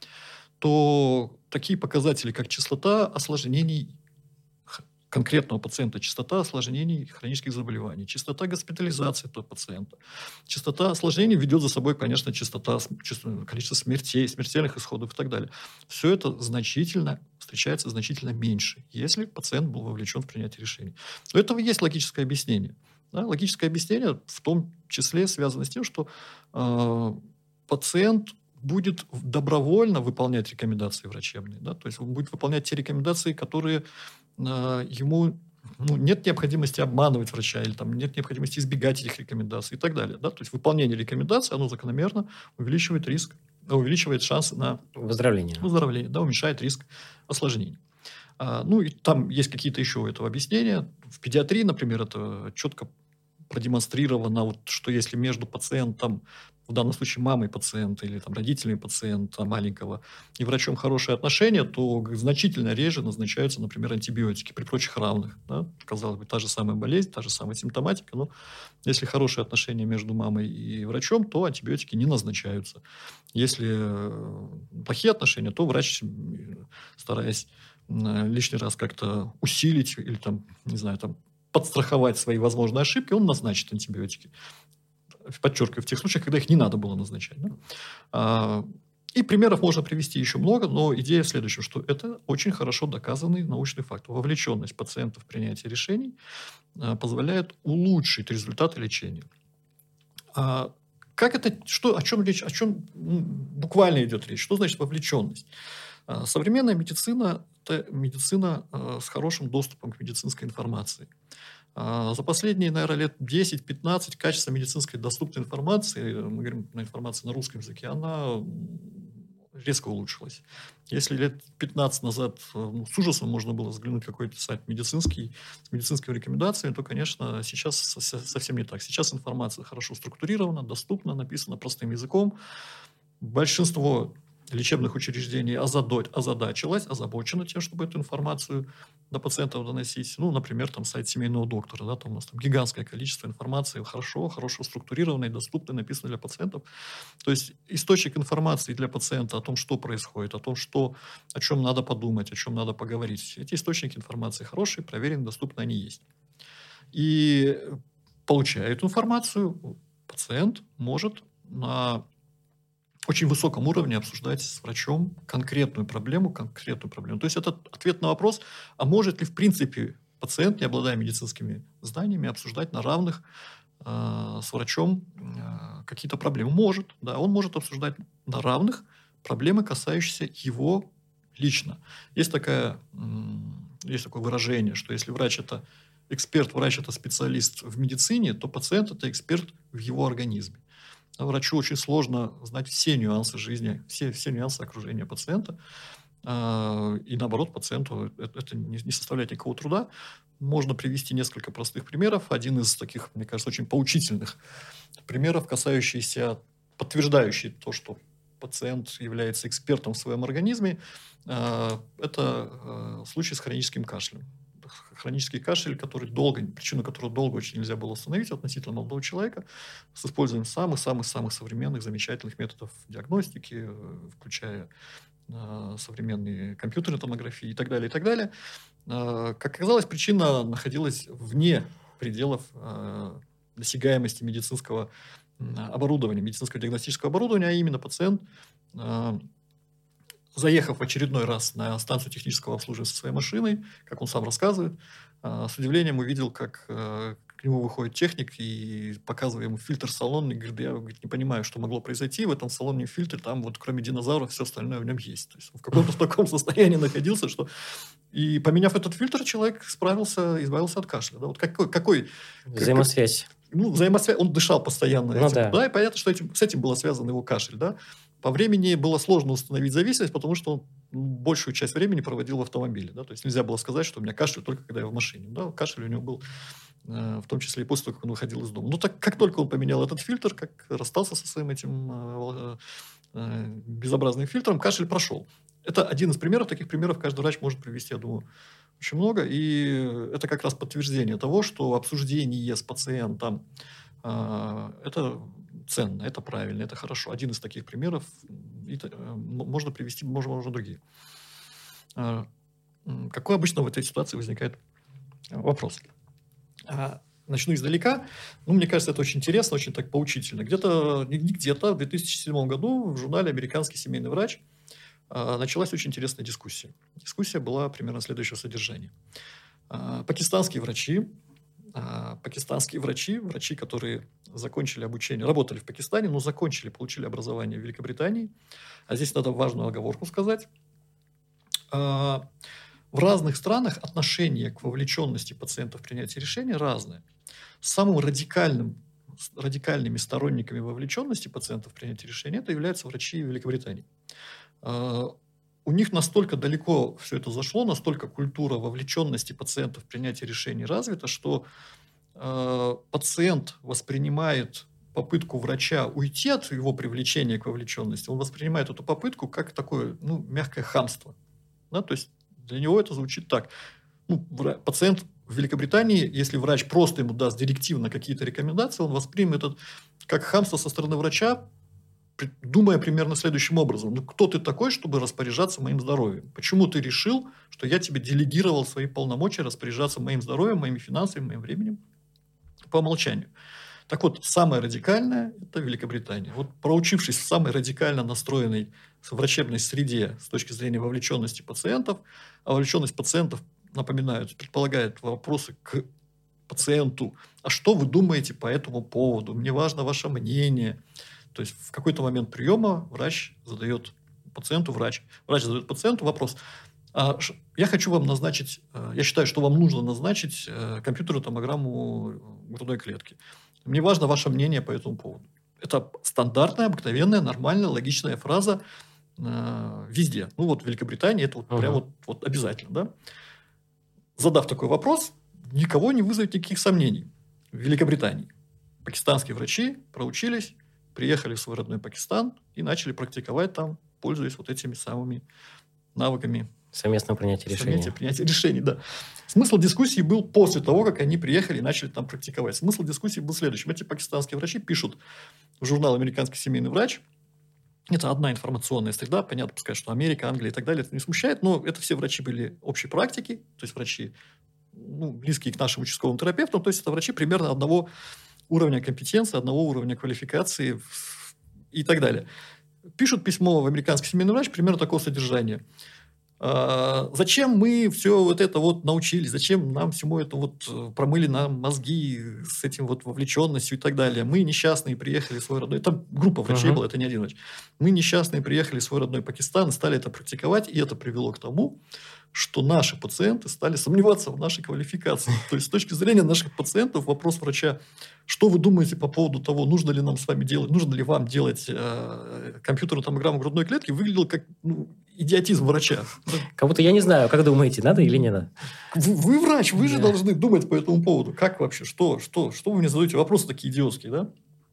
то такие показатели, как частота осложнений х- конкретного пациента, частота осложнений хронических заболеваний, частота госпитализации этого пациента, частота осложнений ведет за собой, конечно, частота, см- чис- количество смертей, смертельных исходов и так далее. Все это значительно встречается значительно меньше, если пациент был вовлечен в принятие решений. У этого есть логическое объяснение. Да? Логическое объяснение в том числе связано с тем, что э, пациент будет добровольно выполнять рекомендации врачебные. Да? То есть он будет выполнять те рекомендации, которые э, ему ну, нет необходимости обманывать врача или там, нет необходимости избегать этих рекомендаций и так далее. Да? То есть выполнение рекомендаций, оно закономерно увеличивает риск, увеличивает шансы на Выздоровление. выздоровление, да, уменьшает риск осложнений. А, ну, и там есть какие-то еще у этого объяснения. В педиатрии, например, это четко продемонстрировано, вот, что если между пациентом, в данном случае мамой пациента или там, родителями пациента маленького, и врачом хорошие отношения, то значительно реже назначаются, например, антибиотики при прочих равных. Да? Казалось бы, та же самая болезнь, та же самая симптоматика, но если хорошие отношения между мамой и врачом, то антибиотики не назначаются. Если э, плохие отношения, то врач, э, стараясь э, лишний раз как-то усилить или там, не знаю, там, подстраховать свои возможные ошибки, он назначит антибиотики. Подчеркиваю, в тех случаях, когда их не надо было назначать. Да? А, и примеров можно привести еще много, но идея в следующем, что это очень хорошо доказанный научный факт. Вовлеченность пациента в принятие решений а, позволяет улучшить результаты лечения. А, как это, что, о чем речь, о чем ну, буквально идет речь? Что значит вовлеченность? А, современная медицина – это медицина а, с хорошим доступом к медицинской информации. А, за последние, наверное, лет десять-пятнадцать качество медицинской доступной информации, мы говорим на информации на русском языке, она резко улучшилась. Если лет пятнадцать назад ну, с ужасом можно было взглянуть в какой-то сайт медицинский, с медицинскими рекомендациями, то, конечно, сейчас совсем не так. Сейчас информация хорошо структурирована, доступна, написана простым языком. Большинство лечебных учреждений озадачилось, озабочено тем, чтобы эту информацию до пациентов доносить. Ну, например, там сайт семейного доктора, да, там у нас там гигантское количество информации, хорошо, хорошо структурированной, доступной, написанной для пациентов. То есть источник информации для пациента о том, что происходит, о том, что, о чем надо подумать, о чем надо поговорить. Эти источники информации хорошие, проверенные, доступны, они есть. И получая эту информацию, пациент может на очень высоком уровне обсуждать с врачом конкретную проблему, конкретную проблему. То есть это ответ на вопрос, а может ли в принципе пациент, не обладая медицинскими знаниями, обсуждать на равных э, с врачом э, какие-то проблемы? Может, да, он может обсуждать на равных проблемы, касающиеся его лично. Есть такая, м, есть такое выражение, что если врач – это эксперт-врач – это специалист в медицине, то пациент – это эксперт в его организме. А врачу очень сложно знать все нюансы жизни, все, все нюансы окружения пациента. И наоборот, пациенту это не составляет никакого труда. Можно привести несколько простых примеров. Один из таких, мне кажется, очень поучительных примеров, касающийся, подтверждающий то, что пациент является экспертом в своем организме, это случай с хроническим кашлем. Хронический кашель, который долго, причину которого долго очень нельзя было установить относительно молодого человека, с использованием самых-самых-самых современных, замечательных методов диагностики, включая э, современные компьютерные томографии и так далее, и так далее. Э, как оказалось, причина находилась вне пределов э, досягаемости медицинского оборудования, медицинского диагностического оборудования, а именно пациент, э, заехав в очередной раз на станцию технического обслуживания со своей машиной, как он сам рассказывает, с удивлением увидел, как к нему выходит техник и показывая ему фильтр салона, и говорит, я говорит, не понимаю, что могло произойти, в этом салоне фильтре, там вот кроме динозавров все остальное в нем есть. То есть он в каком-то в таком состоянии находился, что... И поменяв этот фильтр, человек справился, избавился от кашля. Да? Вот какой... какой Взаимосвязь. Как, ну, взаимосвязь. Он дышал постоянно ну, этим. Да. Да, и понятно, что этим, с этим был связан его кашель, да. По времени было сложно установить зависимость, потому что он большую часть времени проводил в автомобиле. Да? То есть нельзя было сказать, что у меня кашель только когда я в машине. Да? Кашель у него был э, в том числе и после того, как он выходил из дома. Но так как только он поменял этот фильтр, как расстался со своим этим э, э, безобразным фильтром, кашель прошел. Это один из примеров. Таких примеров каждый врач может привести, я думаю, очень много. И это как раз подтверждение того, что обсуждение с пациентом э, это... ценно, это правильно, это хорошо. Один из таких примеров, и, э, можно привести, можно, можно другие. Э, какой обычно в этой ситуации возникает вопрос? Э, начну издалека. Ну, мне кажется, это очень интересно, очень так поучительно. Где-то, не где-то в две тысячи седьмом году в журнале «Американский семейный врач» э, началась очень интересная дискуссия. Дискуссия была примерно следующего содержания. Э, пакистанские врачи Пакистанские врачи, врачи, которые закончили обучение, работали в Пакистане, но закончили, получили образование в Великобритании. А здесь надо важную оговорку сказать. В разных странах отношение к вовлеченности пациентов в принятие решения разное. Самым радикальным, радикальными сторонниками вовлеченности пациентов в принятие решения это являются врачи Великобритании. У них настолько далеко все это зашло, настолько культура вовлеченности пациентов в принятие решений развита, что э, пациент воспринимает попытку врача уйти от его привлечения к вовлеченности, он воспринимает эту попытку как такое, ну, мягкое хамство. Да? То есть для него это звучит так. Ну, вра- пациент в Великобритании, если врач просто ему даст директивно какие-то рекомендации, он воспримет это как хамство со стороны врача, думая примерно следующим образом. Ну, кто ты такой, чтобы распоряжаться моим здоровьем? Почему ты решил, что я тебе делегировал свои полномочия распоряжаться моим здоровьем, моими финансами, моим временем по умолчанию? Так вот, самое радикальное – это Великобритания. Вот проучившись в самой радикально настроенной врачебной среде с точки зрения вовлеченности пациентов, а вовлеченность пациентов, напоминаю, предполагает вопросы к пациенту. А что вы думаете по этому поводу? Мне важно ваше мнение. То есть в какой-то момент приема врач задает пациенту, врач, врач задает пациенту вопрос. А, я хочу вам назначить, я считаю, что вам нужно назначить компьютерную томограмму грудной клетки. Мне важно ваше мнение по этому поводу. Это стандартная, обыкновенная, нормальная, логичная фраза э, везде. Ну вот в Великобритании это вот uh-huh. прям вот, вот обязательно. Да? Задав такой вопрос, никого не вызовет никаких сомнений. В Великобритании пакистанские врачи проучились, приехали в свой родной Пакистан и начали практиковать там, пользуясь вот этими самыми навыками. Совместное принятие решений. Совместное принятие решений, да. Смысл дискуссии был после того, как они приехали и начали там практиковать. Смысл дискуссии был следующим. Эти пакистанские врачи пишут в журнал «Американский семейный врач». Это одна информационная среда. Понятно, пускай, что Америка, Англия и так далее, это не смущает, но это все врачи были общей практики, то есть врачи, ну, близкие к нашим участковым терапевтам, то есть это врачи примерно одного уровня компетенции, одного уровня квалификации и так далее. Пишут письмо в «Американский семейный врач» примерно такого содержания. А, зачем мы все вот это вот научились? Зачем нам всему это вот промыли нам мозги с этим вот вовлеченностью и так далее? Мы несчастные приехали в свой родной... Это группа врачей uh-huh. была, это не один врач. Мы несчастные приехали в свой родной Пакистан, стали это практиковать, и это привело к тому, что наши пациенты стали сомневаться в нашей квалификации. То есть, с точки зрения наших пациентов, вопрос врача, что вы думаете по поводу того, нужно ли нам с вами делать, нужно ли вам делать э, компьютерную томограмму грудной клетки, выглядел как ну, идиотизм врача. Как будто я не знаю, как думаете, надо или не надо? Вы, вы врач, вы же Да. должны думать по этому поводу. Как вообще, что, что, что вы мне задаете? Вопросы такие идиотские, да?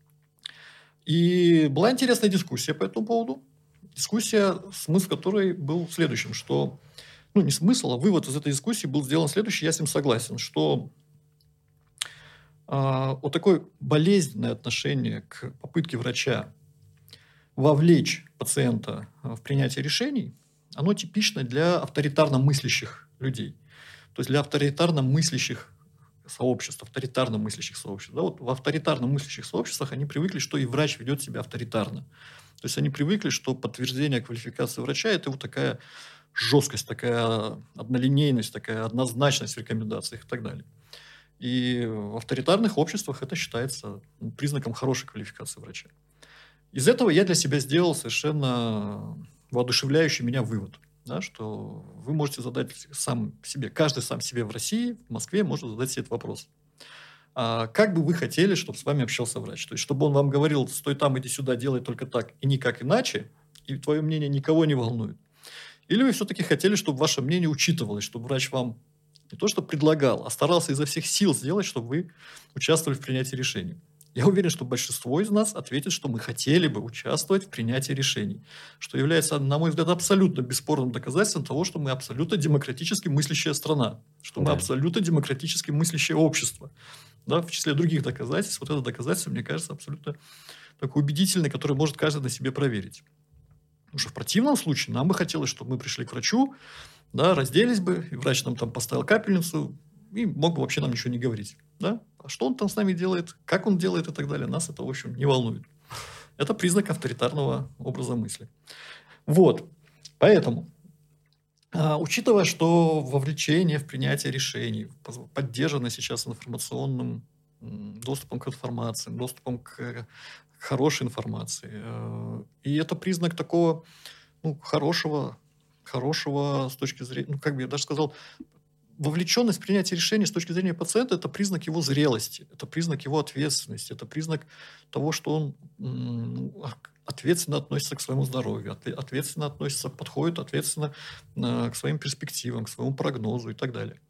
И была интересная дискуссия по этому поводу. Дискуссия, смысл которой был в следующем, что, ну, не смысл, а вывод из этой дискуссии был сделан следующий, я с ним согласен, что э, вот такое болезненное отношение к попытке врача вовлечь пациента в принятие решений, оно типично для авторитарно мыслящих людей. То есть для авторитарно мыслящих сообществ, авторитарно мыслящих сообществ. Да, вот в авторитарно мыслящих сообществах они привыкли, что и врач ведет себя авторитарно. То есть они привыкли, что подтверждение квалификации врача – это вот такая жесткость, такая однолинейность, такая однозначность в рекомендациях и так далее. И в авторитарных обществах это считается признаком хорошей квалификации врача. Из этого я для себя сделал совершенно воодушевляющий меня вывод. Да, что вы можете задать сам себе, каждый сам себе в России, в Москве может задать себе этот вопрос. А как бы вы хотели, чтобы с вами общался врач? То есть, чтобы он вам говорил, стой там, иди сюда, делай только так и никак иначе, и твое мнение никого не волнует? Или вы все-таки хотели, чтобы ваше мнение учитывалось, чтобы врач вам не то что предлагал, а старался изо всех сил сделать, чтобы вы участвовали в принятии решений? Я уверен, что большинство из нас ответит, что мы хотели бы участвовать в принятии решений, что является, на мой взгляд, абсолютно бесспорным доказательством того, что мы абсолютно демократически мыслящая страна, что да. мы абсолютно демократически мыслящее общество. Да, в числе других доказательств, вот это доказательство, мне кажется, абсолютно такое убедительное, которое может каждый на себе проверить. Потому что в противном случае нам бы хотелось, чтобы мы пришли к врачу, да, разделись бы, и врач нам там поставил капельницу, и мог бы вообще нам ничего не говорить. Да? А что он там с нами делает, как он делает и так далее, нас это, в общем, не волнует. Это признак авторитарного образа мысли. Вот. Поэтому, а, учитывая, что вовлечение в принятие решений поддержано сейчас информационным доступом к информации, доступом к хорошей информации, э, и это признак такого ну, хорошего, хорошего с точки зрения, ну, как бы я даже сказал, вовлеченность в принятие решений с точки зрения пациента – это признак его зрелости, это признак его ответственности, это признак того, что он м, ответственно относится к своему здоровью, ответственно относится, подходит ответственно э, к своим перспективам, к своему прогнозу и так далее.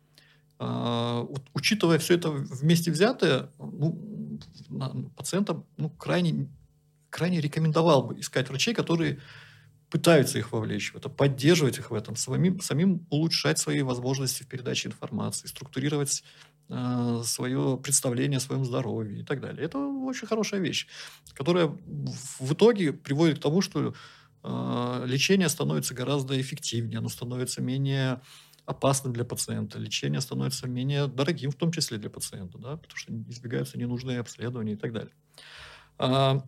А, вот, учитывая все это вместе взятое, ну, пациентам ну, крайне, крайне рекомендовал бы искать врачей, которые пытаются их вовлечь в это, поддерживать их в этом, самим, самим улучшать свои возможности в передаче информации, структурировать э, свое представление о своем здоровье и так далее. Это очень хорошая вещь, которая в итоге приводит к тому, что э, лечение становится гораздо эффективнее, оно становится менее опасным для пациента, лечение становится менее дорогим, в том числе для пациента, да, потому что избегаются ненужные обследования и так далее. А,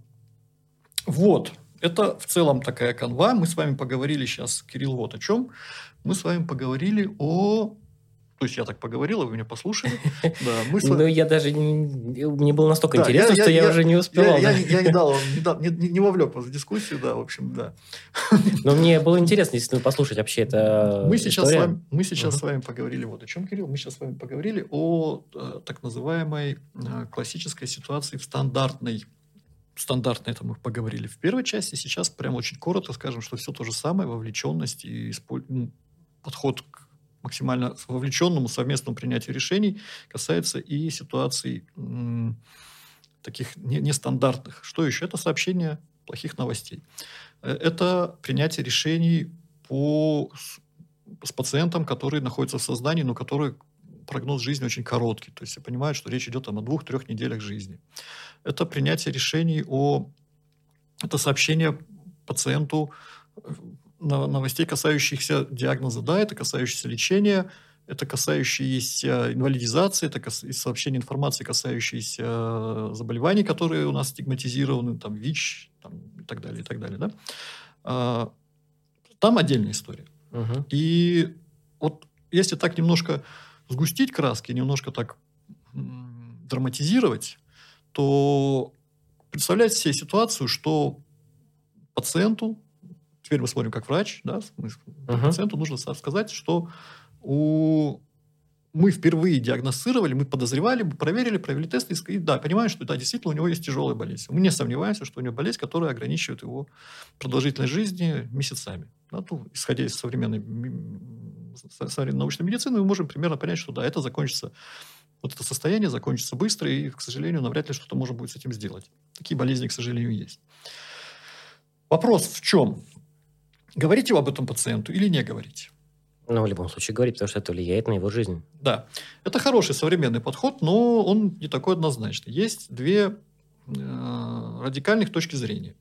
вот. Это в целом такая канва. Мы с вами поговорили сейчас, Кирилл, вот о чем. Мы с вами поговорили о... То есть я так поговорил, а вы меня послушали. Да, мы с вами... Ну, я даже... не- Мне было настолько интересно, что я уже не успевал. Я да. я не дал вам, не дал- не- не не вовлек вас в дискуссию, да, в общем, да. Но мне было интересно, действительно, послушать вообще это Мы сейчас, с история. вами, мы сейчас Мгм. с вами поговорили вот о чем, Кирилл. Мы сейчас с вами поговорили о э, так называемой э, классической ситуации в стандартной. Стандартно это мы поговорили в первой части. Сейчас прям очень коротко скажем, что все то же самое, вовлеченность и исполь- ну, подход к максимально вовлеченному совместному принятию решений касается и ситуаций м, таких не- нестандартных. Что еще? Это сообщение плохих новостей. Э, Это принятие решений по, с, с пациентом, который находится в сознании, но который прогноз жизни очень короткий. То есть я понимаю, что речь идет там, о двух-трех неделях жизни. Это принятие решений о... Это сообщение пациенту э, на- новостей, касающихся диагноза, да, это касающиеся лечения, это касающиеся инвалидизации, это кас- и сообщение информации, касающиеся э, заболеваний, которые у нас стигматизированы, там, ВИЧ там, и так далее, и так далее, да. А, Там отдельная история. Мгм. И вот если так немножко сгустить краски, немножко так м, драматизировать, то представлять себе ситуацию, что пациенту теперь мы смотрим как врач, да, мы, Мгм. пациенту нужно сказать, что у... мы впервые диагностировали, мы подозревали, мы проверили, провели тесты и, да, понимаем, что да, действительно у него есть тяжелая болезнь. Мы не сомневаемся, что у него болезнь, которая ограничивает его продолжительность жизни месяцами. Да, ну, исходя из современной, современной научной медицины, мы можем примерно понять, что да, это закончится, вот это состояние закончится быстро, и, к сожалению, навряд ли что-то можно будет с этим сделать. Такие болезни, к сожалению, есть. Вопрос в чем? Говорите об этом пациенту или не говорите? Ну, в любом случае говорить, потому что это влияет на его жизнь. Да, это хороший современный подход, но он не такой однозначный. Есть две э, радикальных точки зрения.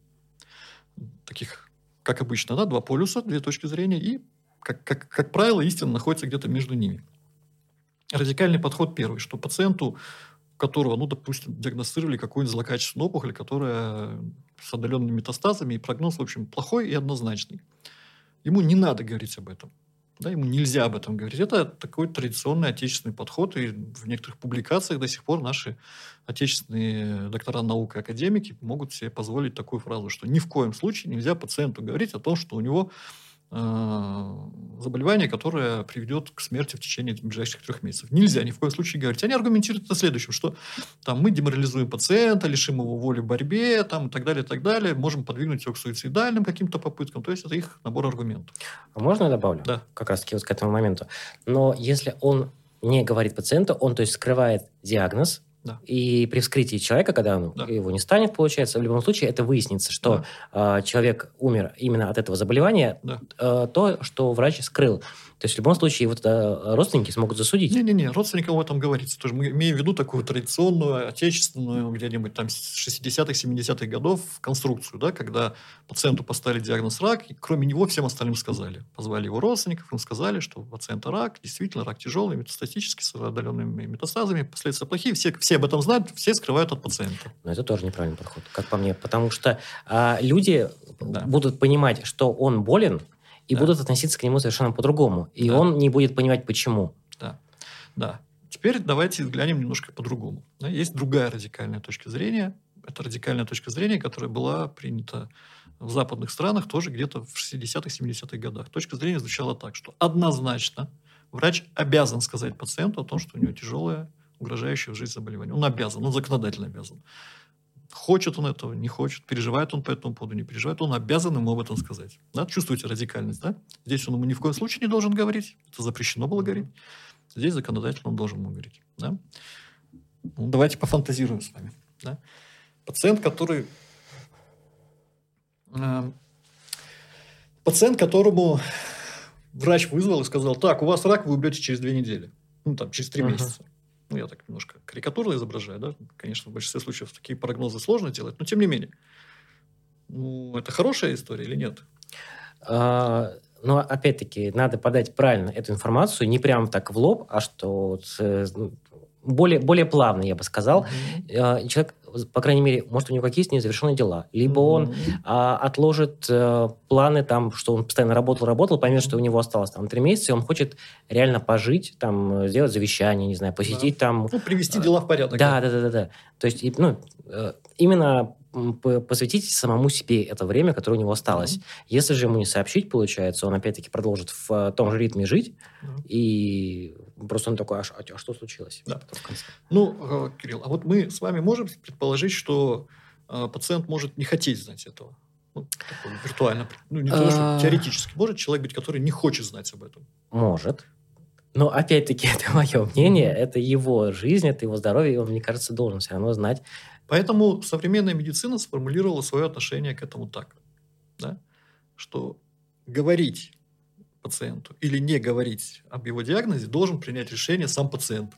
Таких, как обычно, да, два полюса, две точки зрения, и, как, как, как правило, истина находится где-то между ними. Радикальный подход первый, что пациенту, которого, ну, допустим, диагностировали какую-нибудь злокачественную опухоль, которая с отдаленными метастазами, и прогноз, в общем, плохой и однозначный. Ему не надо говорить об этом. Да, ему нельзя об этом говорить. Это такой традиционный отечественный подход, и в некоторых публикациях до сих пор наши отечественные доктора наук и академики могут себе позволить такую фразу, что ни в коем случае нельзя пациенту говорить о том, что у него э, заболевание, которое приведет к смерти в течение ближайших трех месяцев. Нельзя ни в коем случае говорить. Они аргументируют это следующим, что там, мы деморализуем пациента, лишим его воли в борьбе, там, и так далее, и так далее, можем подвигнуть его к суицидальным каким-то попыткам. То есть, это их набор аргументов. А можно я добавлю? Да. Как раз-таки вот к этому моменту. Но если он не говорит пациенту, он, то есть, скрывает диагноз, да. И при вскрытии человека, когда ну, да. его не станет, получается, в любом случае это выяснится, что да. э, человек умер именно от этого заболевания, да. э, то, что врач скрыл. То есть в любом случае вот это родственники смогут засудить. Не-не-не, родственникам об этом говорится. Тоже мы имеем в виду такую традиционную, отечественную, где-нибудь там с шестидесятых, семидесятых годов конструкцию, да, когда пациенту поставили диагноз рак, и кроме него всем остальным сказали. Позвали его родственников, им сказали, что у пациента рак, действительно рак тяжелый, метастатический, с отдаленными метастазами, последствия плохие, все, все об этом знают, все скрывают от пациента. Но это тоже неправильный подход, как по мне, потому что а, люди да. будут понимать, что он болен, и да. будут относиться к нему совершенно по-другому. И да. он не будет понимать, почему. Да, да. Теперь давайте взглянем немножко по-другому. Есть другая радикальная точка зрения. Это радикальная точка зрения, которая была принята в западных странах тоже где-то в шестидесятых, семидесятых годах. Точка зрения звучала так, что однозначно врач обязан сказать пациенту о том, что у него тяжелое, угрожающее в жизни заболевание. Он обязан, он законодательно обязан. Хочет он этого, не хочет, переживает он по этому поводу, не переживает, он обязан ему об этом сказать. Да? Чувствуете радикальность, да? Здесь он ему ни в коем случае не должен говорить, это запрещено было говорить. Здесь законодательно он должен ему говорить. Да? Ну, давайте пофантазируем с вами. Да? Пациент, который... Э, пациент, которому врач вызвал и сказал, так, у вас рак, вы убьете через две недели. Ну, там, через три uh-huh. месяца. Ну, я так немножко карикатурно изображаю, да. Конечно, в большинстве случаев такие прогнозы сложно делать, но тем не менее. Ну, это хорошая история или нет? А, но, опять-таки, надо подать правильно эту информацию, не прямо так в лоб, а что более, более плавно, я бы сказал. Mm-hmm. Человек, по крайней мере, может, у него какие-то незавершенные дела. Либо mm-hmm. он а, отложит а, планы, там, что он постоянно работал, работал, поймет, что у него осталось там три месяца, и он хочет реально пожить, там, сделать завещание, не знаю, посетить да. там... Ну, привести дела в порядок. Да, да, да, да. да. То есть, ну, именно посвятить самому себе это время, которое у него осталось. Mm-hmm. Если же ему не сообщить, получается, он опять-таки продолжит в том же ритме жить, mm-hmm. и просто он такой, а, а что случилось? Да. Ну, Кирилл, а вот мы с вами можем предположить, что э, пациент может не хотеть знать этого? Ну, такое, виртуально. Ну, не то, что теоретически. Может человек быть, который не хочет знать об этом? Может. Но, опять-таки, это мое мнение, это его жизнь, это его здоровье, и он, мне кажется, должен все равно знать. Поэтому современная медицина сформулировала свое отношение к этому так, да? Что говорить пациенту или не говорить об его диагнозе должен принять решение сам пациент.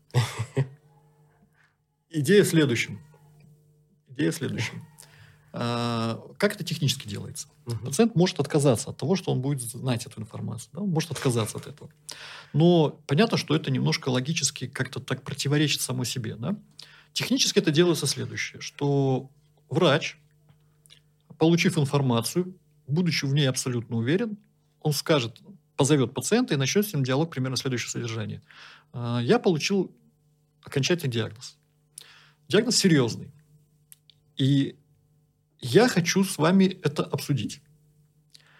Идея в следующем. Идея в следующем. Как это технически делается? Uh-huh. Пациент может отказаться от того, что он будет знать эту информацию. Да? Он может отказаться от этого. Но понятно, что это немножко логически как-то так противоречит самому себе. Да? Технически это делается следующее, что врач, получив информацию, будучи в ней абсолютно уверен, он скажет, позовет пациента и начнет с ним диалог примерно следующего содержания. Я получил окончательный диагноз. Диагноз серьезный. И я хочу с вами это обсудить.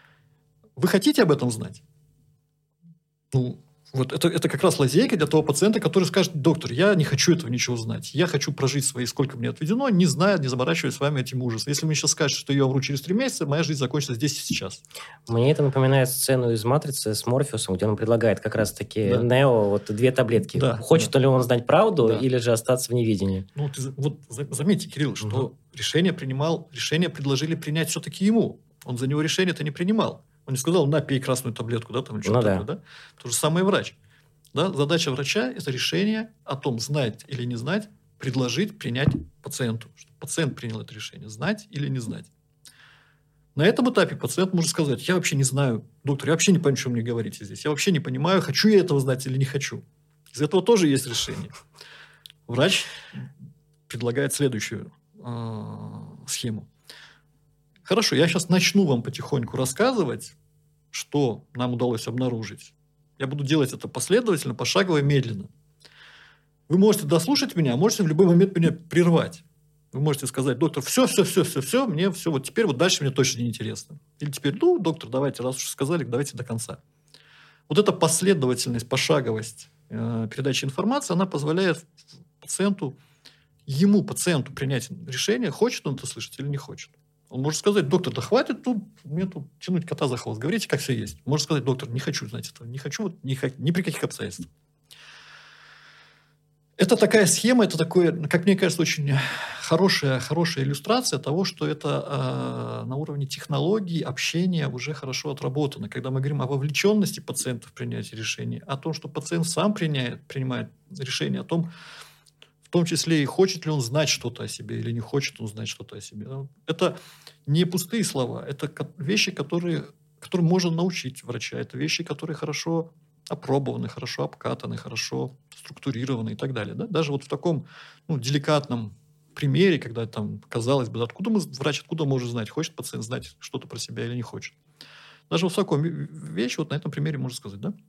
Вы хотите об этом знать? Ну, вот это, это как раз лазейка для того пациента, который скажет: доктор, я не хочу этого ничего знать. Я хочу прожить свои, сколько мне отведено, не зная, не заморачиваясь с вами этим ужасом. Если вы мне сейчас скажете, что я умру через три месяца, моя жизнь закончится здесь и сейчас. Мне это напоминает сцену из «Матрицы» с Морфеусом, где он предлагает как раз-таки Да. Нео вот две таблетки. Да, Хочет да. ли он знать правду Да. или же остаться в невидении? Ну, ты, за- вот за- заметьте, Кирилл, что Мгм. решение принимал, решение предложили принять все-таки ему. Он за него решение-то не принимал. Он не сказал: на, пей красную таблетку, да, там, или что-то Ну да. такое, да? То же самое и врач. Да? Задача врача – это решение о том, знать или не знать, предложить принять пациенту. Чтобы пациент принял это решение, знать или не знать. На этом этапе пациент может сказать: я вообще не знаю, доктор, я вообще не понимаю, что вы мне говорите здесь. Я вообще не понимаю, хочу я этого знать или не хочу. Из этого тоже есть решение. Врач предлагает следующую э, схему. Хорошо, я сейчас начну вам потихоньку рассказывать, что нам удалось обнаружить. Я буду делать это последовательно, пошагово и медленно. Вы можете дослушать меня, а можете в любой момент меня прервать. Вы можете сказать: доктор, все, все, все, все, все, мне все, вот теперь вот дальше мне точно не интересно. Или теперь: ну, доктор, давайте, раз уж сказали, давайте до конца. Вот эта последовательность, пошаговость э, передачи информации, она позволяет пациенту, ему, пациенту, принять решение, хочет он это слышать или не хочет. Он может сказать: доктор, да хватит тут, мне тут тянуть кота за хвост, говорите, как все есть. Может сказать: доктор, не хочу знать этого, не хочу, вот, ни, ха- ни при каких обстоятельствах. Это такая схема, это такое, как мне кажется, очень хорошая, хорошая иллюстрация того, что это э, на уровне технологий, общения уже хорошо отработано. Когда мы говорим о вовлеченности пациента в принятие решений, о том, что пациент сам принимает, принимает решение, о том, в том числе и хочет ли он знать что-то о себе или не хочет он знать что-то о себе. Это не пустые слова, это ко- вещи, которые, которым можно научить врача, это вещи, которые хорошо опробованы, хорошо обкатаны, хорошо структурированы и так далее. Да? Даже вот в таком ну, деликатном примере, когда там, казалось бы, откуда мы, врач откуда может знать, хочет пациент знать что-то про себя или не хочет. Даже вот в таком вещи, вот на этом примере можно сказать, да?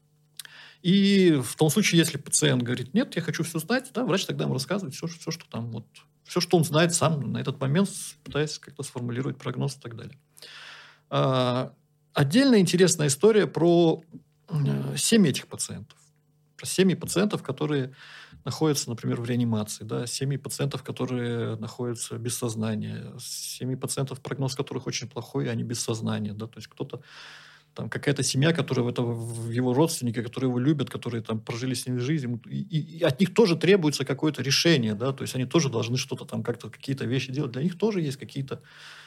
И в том случае, если пациент говорит: нет, я хочу все знать, да, врач тогда ему рассказывает все, все, что там, вот, все, что он знает сам на этот момент, пытаясь как-то сформулировать прогноз и так далее. А, отдельная интересная история про э, семьи этих пациентов. Про семьи пациентов, которые находятся, например, в реанимации, да, семьи пациентов, которые находятся без сознания, семьи пациентов, прогноз которых очень плохой, и они без сознания, да, то есть кто-то там какая-то семья, которая в, это, в его родственники, которые его любят, которые там прожили с ним жизнь, и, и, и от них тоже требуется какое-то решение, да, то есть они тоже должны что-то там, как-то какие-то вещи делать. Для них тоже есть какие-то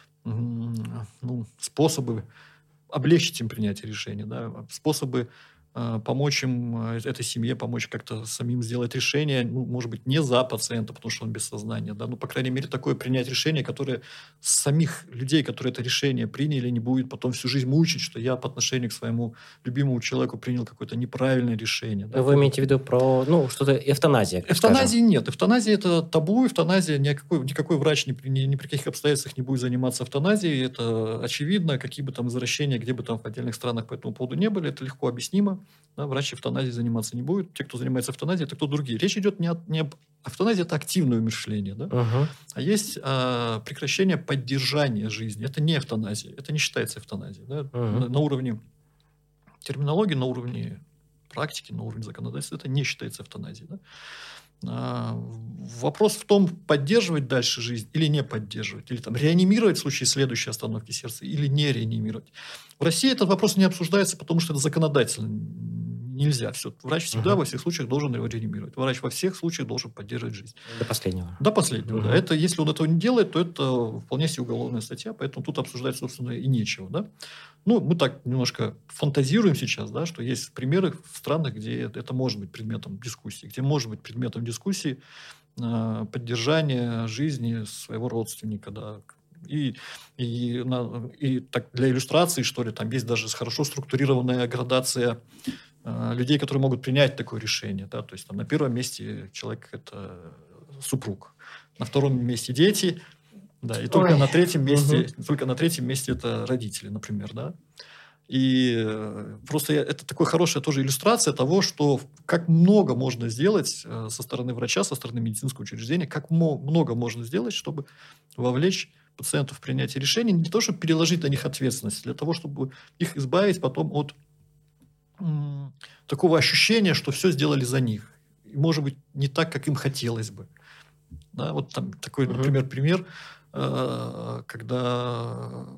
м, ну, способы облегчить им принятие решения, да, способы э, помочь им, э, этой семье, помочь как-то самим сделать решение, ну, может быть, не за пациента, потому что он без сознания, да, ну, по крайней мере, такое принять решение, которое самих людей, которые это решение приняли, не будет потом всю жизнь мучить, что я по отношению к своему любимому человеку принял какое-то неправильное решение. Да. Вы имеете в виду про, ну, что-то эвтаназия, так Эвтаназии скажем. нет. Эвтаназия – это табу. Эвтаназия, никакой, никакой врач ни, при- ни, ни при каких обстоятельствах не будет заниматься эвтаназией. Это очевидно. Какие бы там извращения, где бы там в отдельных странах по этому поводу не были, это легко объяснимо. Да, врач эвтаназией заниматься не будет. Те, кто занимается эвтаназией, это кто другие. Речь идет не, о, не об... Эвтаназия – это активное умерщвление. Да? Угу. А есть а, прекращение поддержания жизни. Это не эвтаназия. Это не считается эвтаназией. Да? Угу. На, на уровне терминологии, на уровне практики, на уровне законодательства это не считается эвтаназией. Да? А, вопрос в том, поддерживать дальше жизнь или не поддерживать, или там реанимировать в случае следующей остановки сердца или не реанимировать. В России этот вопрос не обсуждается, потому что это законодательно нельзя. Все. Врач всегда Угу. во всех случаях должен его реанимировать. Врач во всех случаях должен поддерживать жизнь. До последнего. До последнего, Угу. да. Это, если он этого не делает, то это вполне себе уголовная статья, поэтому тут обсуждать, собственно, и нечего, да. Ну, мы так немножко фантазируем сейчас, да, что есть примеры в странах, где это может быть предметом дискуссии, где может быть предметом дискуссии э, поддержание жизни своего родственника, да. И, и, на, и так для иллюстрации, что ли, там есть даже хорошо структурированная градация э, людей, которые могут принять такое решение, да, то есть там на первом месте человек – это супруг, на втором месте дети, да, и только Ой. на третьем месте, Угу. только на третьем месте это родители, например, да. И э, просто я, это такая хорошая тоже иллюстрация того, что как много можно сделать э, со стороны врача, со стороны медицинского учреждения, как мо- много можно сделать, чтобы вовлечь пациентов в принятии решений не для того, чтобы переложить на них ответственность, а для того, чтобы их избавить потом от м, такого ощущения, что все сделали за них. И, может быть, не так, как им хотелось бы. Да, вот там такой, Мгм. например, пример, э, когда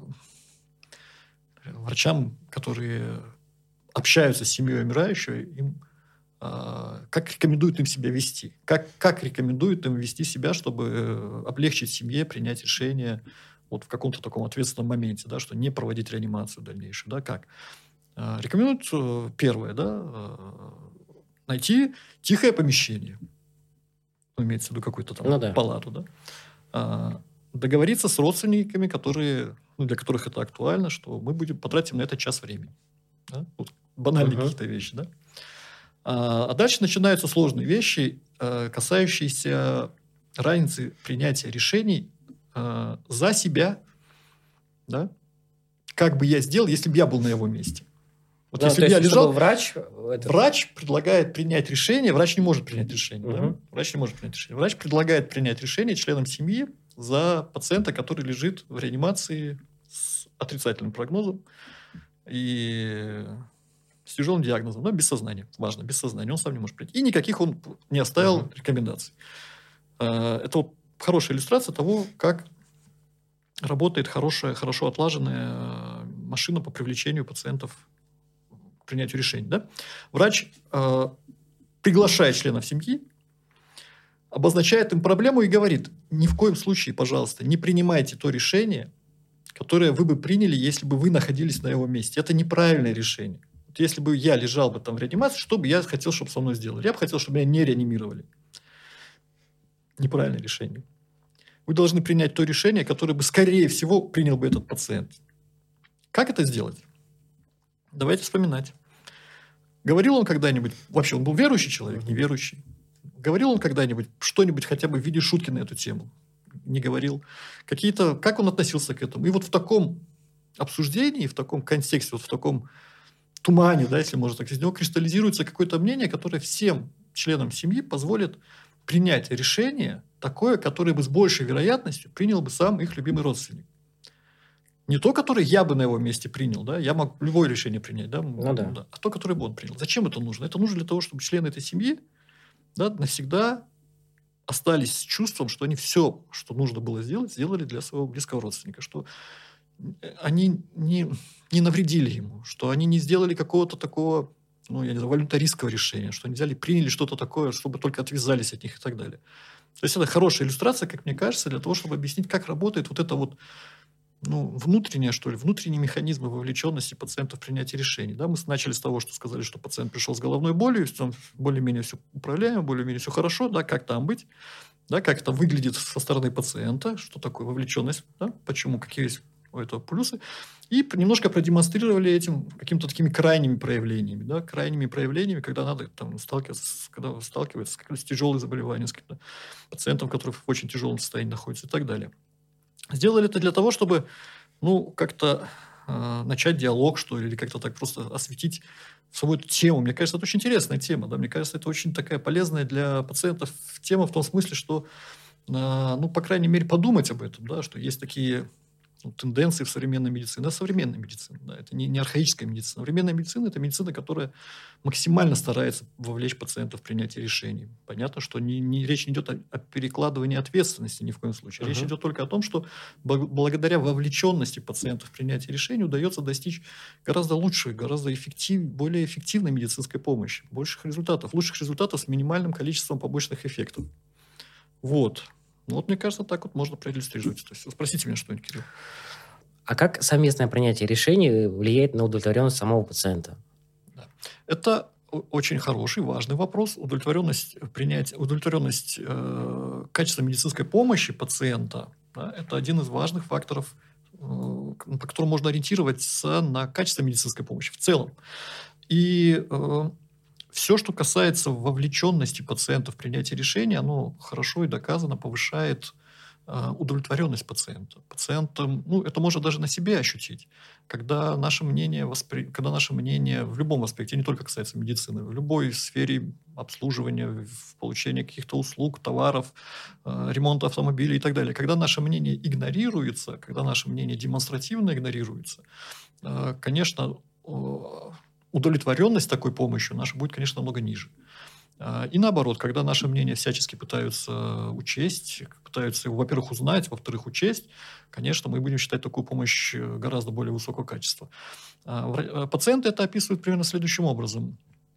врачам, которые общаются с семьей умирающего, им а, как рекомендуют им себя вести, как, как рекомендуют им вести себя, чтобы э, облегчить семье принять решение вот в каком-то таком ответственном моменте, да, что не проводить реанимацию дальнейшую, да, как. А, рекомендуют э, первое, да, э, найти тихое помещение, ну, имеется в виду какую-то там Ну да. палату, да, а, договориться с родственниками, которые, ну, для которых это актуально, что мы будем потратим на это час времени. Да? Вот банальные Мгм. какие-то вещи, да. А, а дальше начинаются сложные вещи, э, касающиеся разницы принятия решений э, за себя, да. Как бы я сделал, если бы я был на его месте. Вот Ну, если то бы я есть, чтобы лежал, врач... э, этот- врач предлагает принять решение, врач не может принять решение. Да? Мгм. Врач не может принять решение. Врач предлагает принять решение членам семьи за пациента, который лежит в реанимации с отрицательным прогнозом и с тяжелым диагнозом, но без сознания. Важно, без сознания. Он сам не может принять. И никаких он не оставил Мгм. рекомендаций. А, Это вот хорошая иллюстрация того, как работает хорошая, хорошо отлаженная э, машина по привлечению пациентов к принятию решений. Да? Врач э, приглашает членов семьи, обозначает им проблему и говорит: ни в коем случае, пожалуйста, не принимайте то решение, которое вы бы приняли, если бы вы находились на его месте. Это неправильное решение. Вот если бы я лежал бы там в реанимации, что бы я хотел, чтобы со мной сделали? Я бы хотел, чтобы меня не реанимировали. Неправильное решение. Вы должны принять то решение, которое бы, скорее всего, принял бы этот пациент. Как это сделать? Давайте вспоминать. Говорил он когда-нибудь, вообще он был верующий человек, Мгм. неверующий? Говорил он когда-нибудь что-нибудь хотя бы в виде шутки на эту тему? Не говорил. Какие-то, как он относился к этому? И вот в таком обсуждении, в таком контексте, вот в таком тумане, да, если можно так, из него кристаллизируется какое-то мнение, которое всем членам семьи позволит принять решение такое, которое бы с большей вероятностью принял бы сам их любимый родственник. Не то, которое я бы на его месте принял, да, я могу любое решение принять, да, Ну да. а то, которое бы он принял. Зачем это нужно? Это нужно для того, чтобы члены этой семьи, да, навсегда остались с чувством, что они все, что нужно было сделать, сделали для своего близкого родственника, что они не, не навредили ему, что они не сделали какого-то такого, ну, я не знаю, волюнтаристского решения, что они взяли, приняли что-то такое, чтобы только отвязались от них и так далее. То есть это хорошая иллюстрация, как мне кажется, для того, чтобы объяснить, как работает вот это вот, ну, внутреннее, что ли, внутренние механизмы вовлеченности пациента в принятие решений. Да, мы начали с того, что сказали, что пациент пришел с головной болью, там более-менее все управляемо, более-менее все хорошо, да, как там быть, да, как это выглядит со стороны пациента, что такое вовлеченность, да, почему, какие есть у этого плюсы, и немножко продемонстрировали этим какими-то такими крайними проявлениями, да, крайними проявлениями, когда надо там сталкиваться, с, когда сталкивается с, с тяжелым заболеванием, с каким-то пациентом, который в очень тяжелом состоянии находится и так далее. Сделали это для того, чтобы, ну, как-то э, начать диалог, что ли, или как-то так просто осветить саму эту тему. Мне кажется, это очень интересная тема, да, мне кажется, это очень такая полезная для пациентов тема в том смысле, что, э, ну, по крайней мере, подумать об этом, да, что есть такие, ну, тенденции в современной медицине. Да, современная медицина, да, это не, не архаическая медицина. Современная медицина – это медицина, которая максимально старается вовлечь пациентов в принятие решений. Понятно, что не, не, речь не идет о, о перекладывании ответственности ни в коем случае. Речь Мгм. идет только о том, что бл- благодаря вовлеченности пациентов в принятие решений удается достичь гораздо лучшей, гораздо эффектив, более эффективной медицинской помощи, больших результатов, лучших результатов с минимальным количеством побочных эффектов. Вот. Ну, вот, мне кажется, так вот можно проиллюстрировать. То есть, спросите меня что-нибудь, Кирилл. А как совместное принятие решений влияет на удовлетворенность самого пациента? Да. Это о- очень хороший, важный вопрос. Удовлетворенность принятия, удовлетворенность э, качества медицинской помощи пациента, да, это один из важных факторов, э, к- по которому можно ориентироваться на качество медицинской помощи в целом. И э, все, что касается вовлеченности пациента в принятие решения, оно хорошо и доказано повышает э, удовлетворенность пациента. Пациентам, ну, это можно даже на себе ощутить, когда наше мнение, воспри... когда наше мнение в любом аспекте, не только касается медицины, в любой сфере обслуживания, в получении каких-то услуг, товаров, э, ремонта автомобилей и так далее, когда наше мнение игнорируется, когда наше мнение демонстративно игнорируется, э, конечно, э, удовлетворенность такой помощью наша будет, конечно, намного ниже. И наоборот, когда наше мнение всячески пытаются учесть, пытаются его, во-первых, узнать, во-вторых, учесть, конечно, мы будем считать такую помощь гораздо более высокого качества. Пациенты это описывают примерно следующим образом.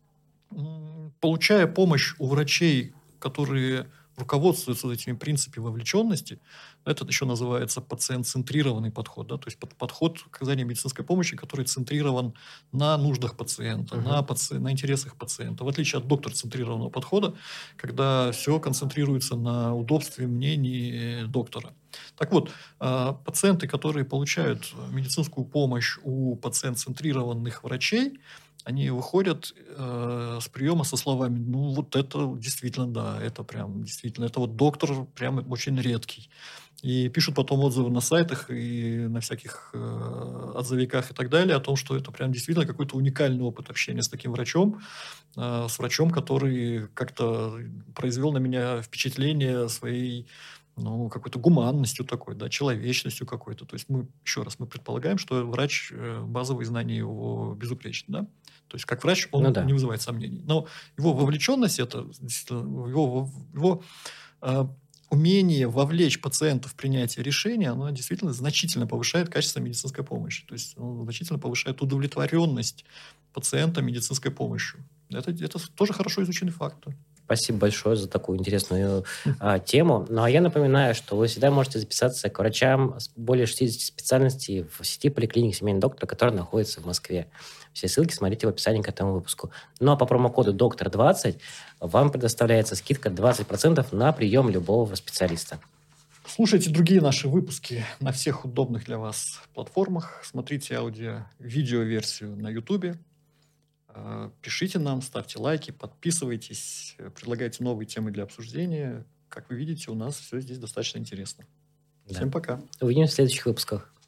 Получая помощь у врачей, которые руководствуются этими принципами вовлеченности, это еще называется пациент-центрированный подход, да, то есть под, подход к оказанию медицинской помощи, который центрирован на нуждах пациента, uh-huh. на, паци... на интересах пациента, в отличие от доктор-центрированного подхода, когда все концентрируется на удобстве мнений доктора. Так вот, пациенты, которые получают медицинскую помощь у пациент-центрированных врачей, они выходят э, с приема со словами: ну, вот это действительно, да, это прям действительно, это вот доктор прям очень редкий. И пишут потом отзывы на сайтах и на всяких э, отзывиках и так далее о том, что это прям действительно какой-то уникальный опыт общения с таким врачом, э, с врачом, который как-то произвел на меня впечатление своей, ну, какой-то гуманностью такой, да, человечностью какой-то. То есть мы, еще раз, мы предполагаем, что врач, базовые знания его безупречны, да. То есть как врач он ну, да. не вызывает сомнений. Но его вовлеченность, это его, его э, умение вовлечь пациента в принятие решения, оно действительно значительно повышает качество медицинской помощи. То есть оно значительно повышает удовлетворенность пациента медицинской помощью. Это, это тоже хорошо изученный факт. Спасибо большое за такую интересную а, тему. Ну, а я напоминаю, что вы всегда можете записаться к врачам с более шестидесяти специальностей в сети поликлиник семейного доктора, которая находится в Москве. Все ссылки смотрите в описании к этому выпуску. Ну, а по промокоду доктор двадцать вам предоставляется скидка двадцать процентов на прием любого специалиста. Слушайте другие наши выпуски на всех удобных для вас платформах. Смотрите аудио-видео-версию на YouTube. Пишите нам, ставьте лайки, подписывайтесь, предлагайте новые темы для обсуждения. Как вы видите, у нас все здесь достаточно интересно. Да. Всем пока. Увидимся в следующих выпусках.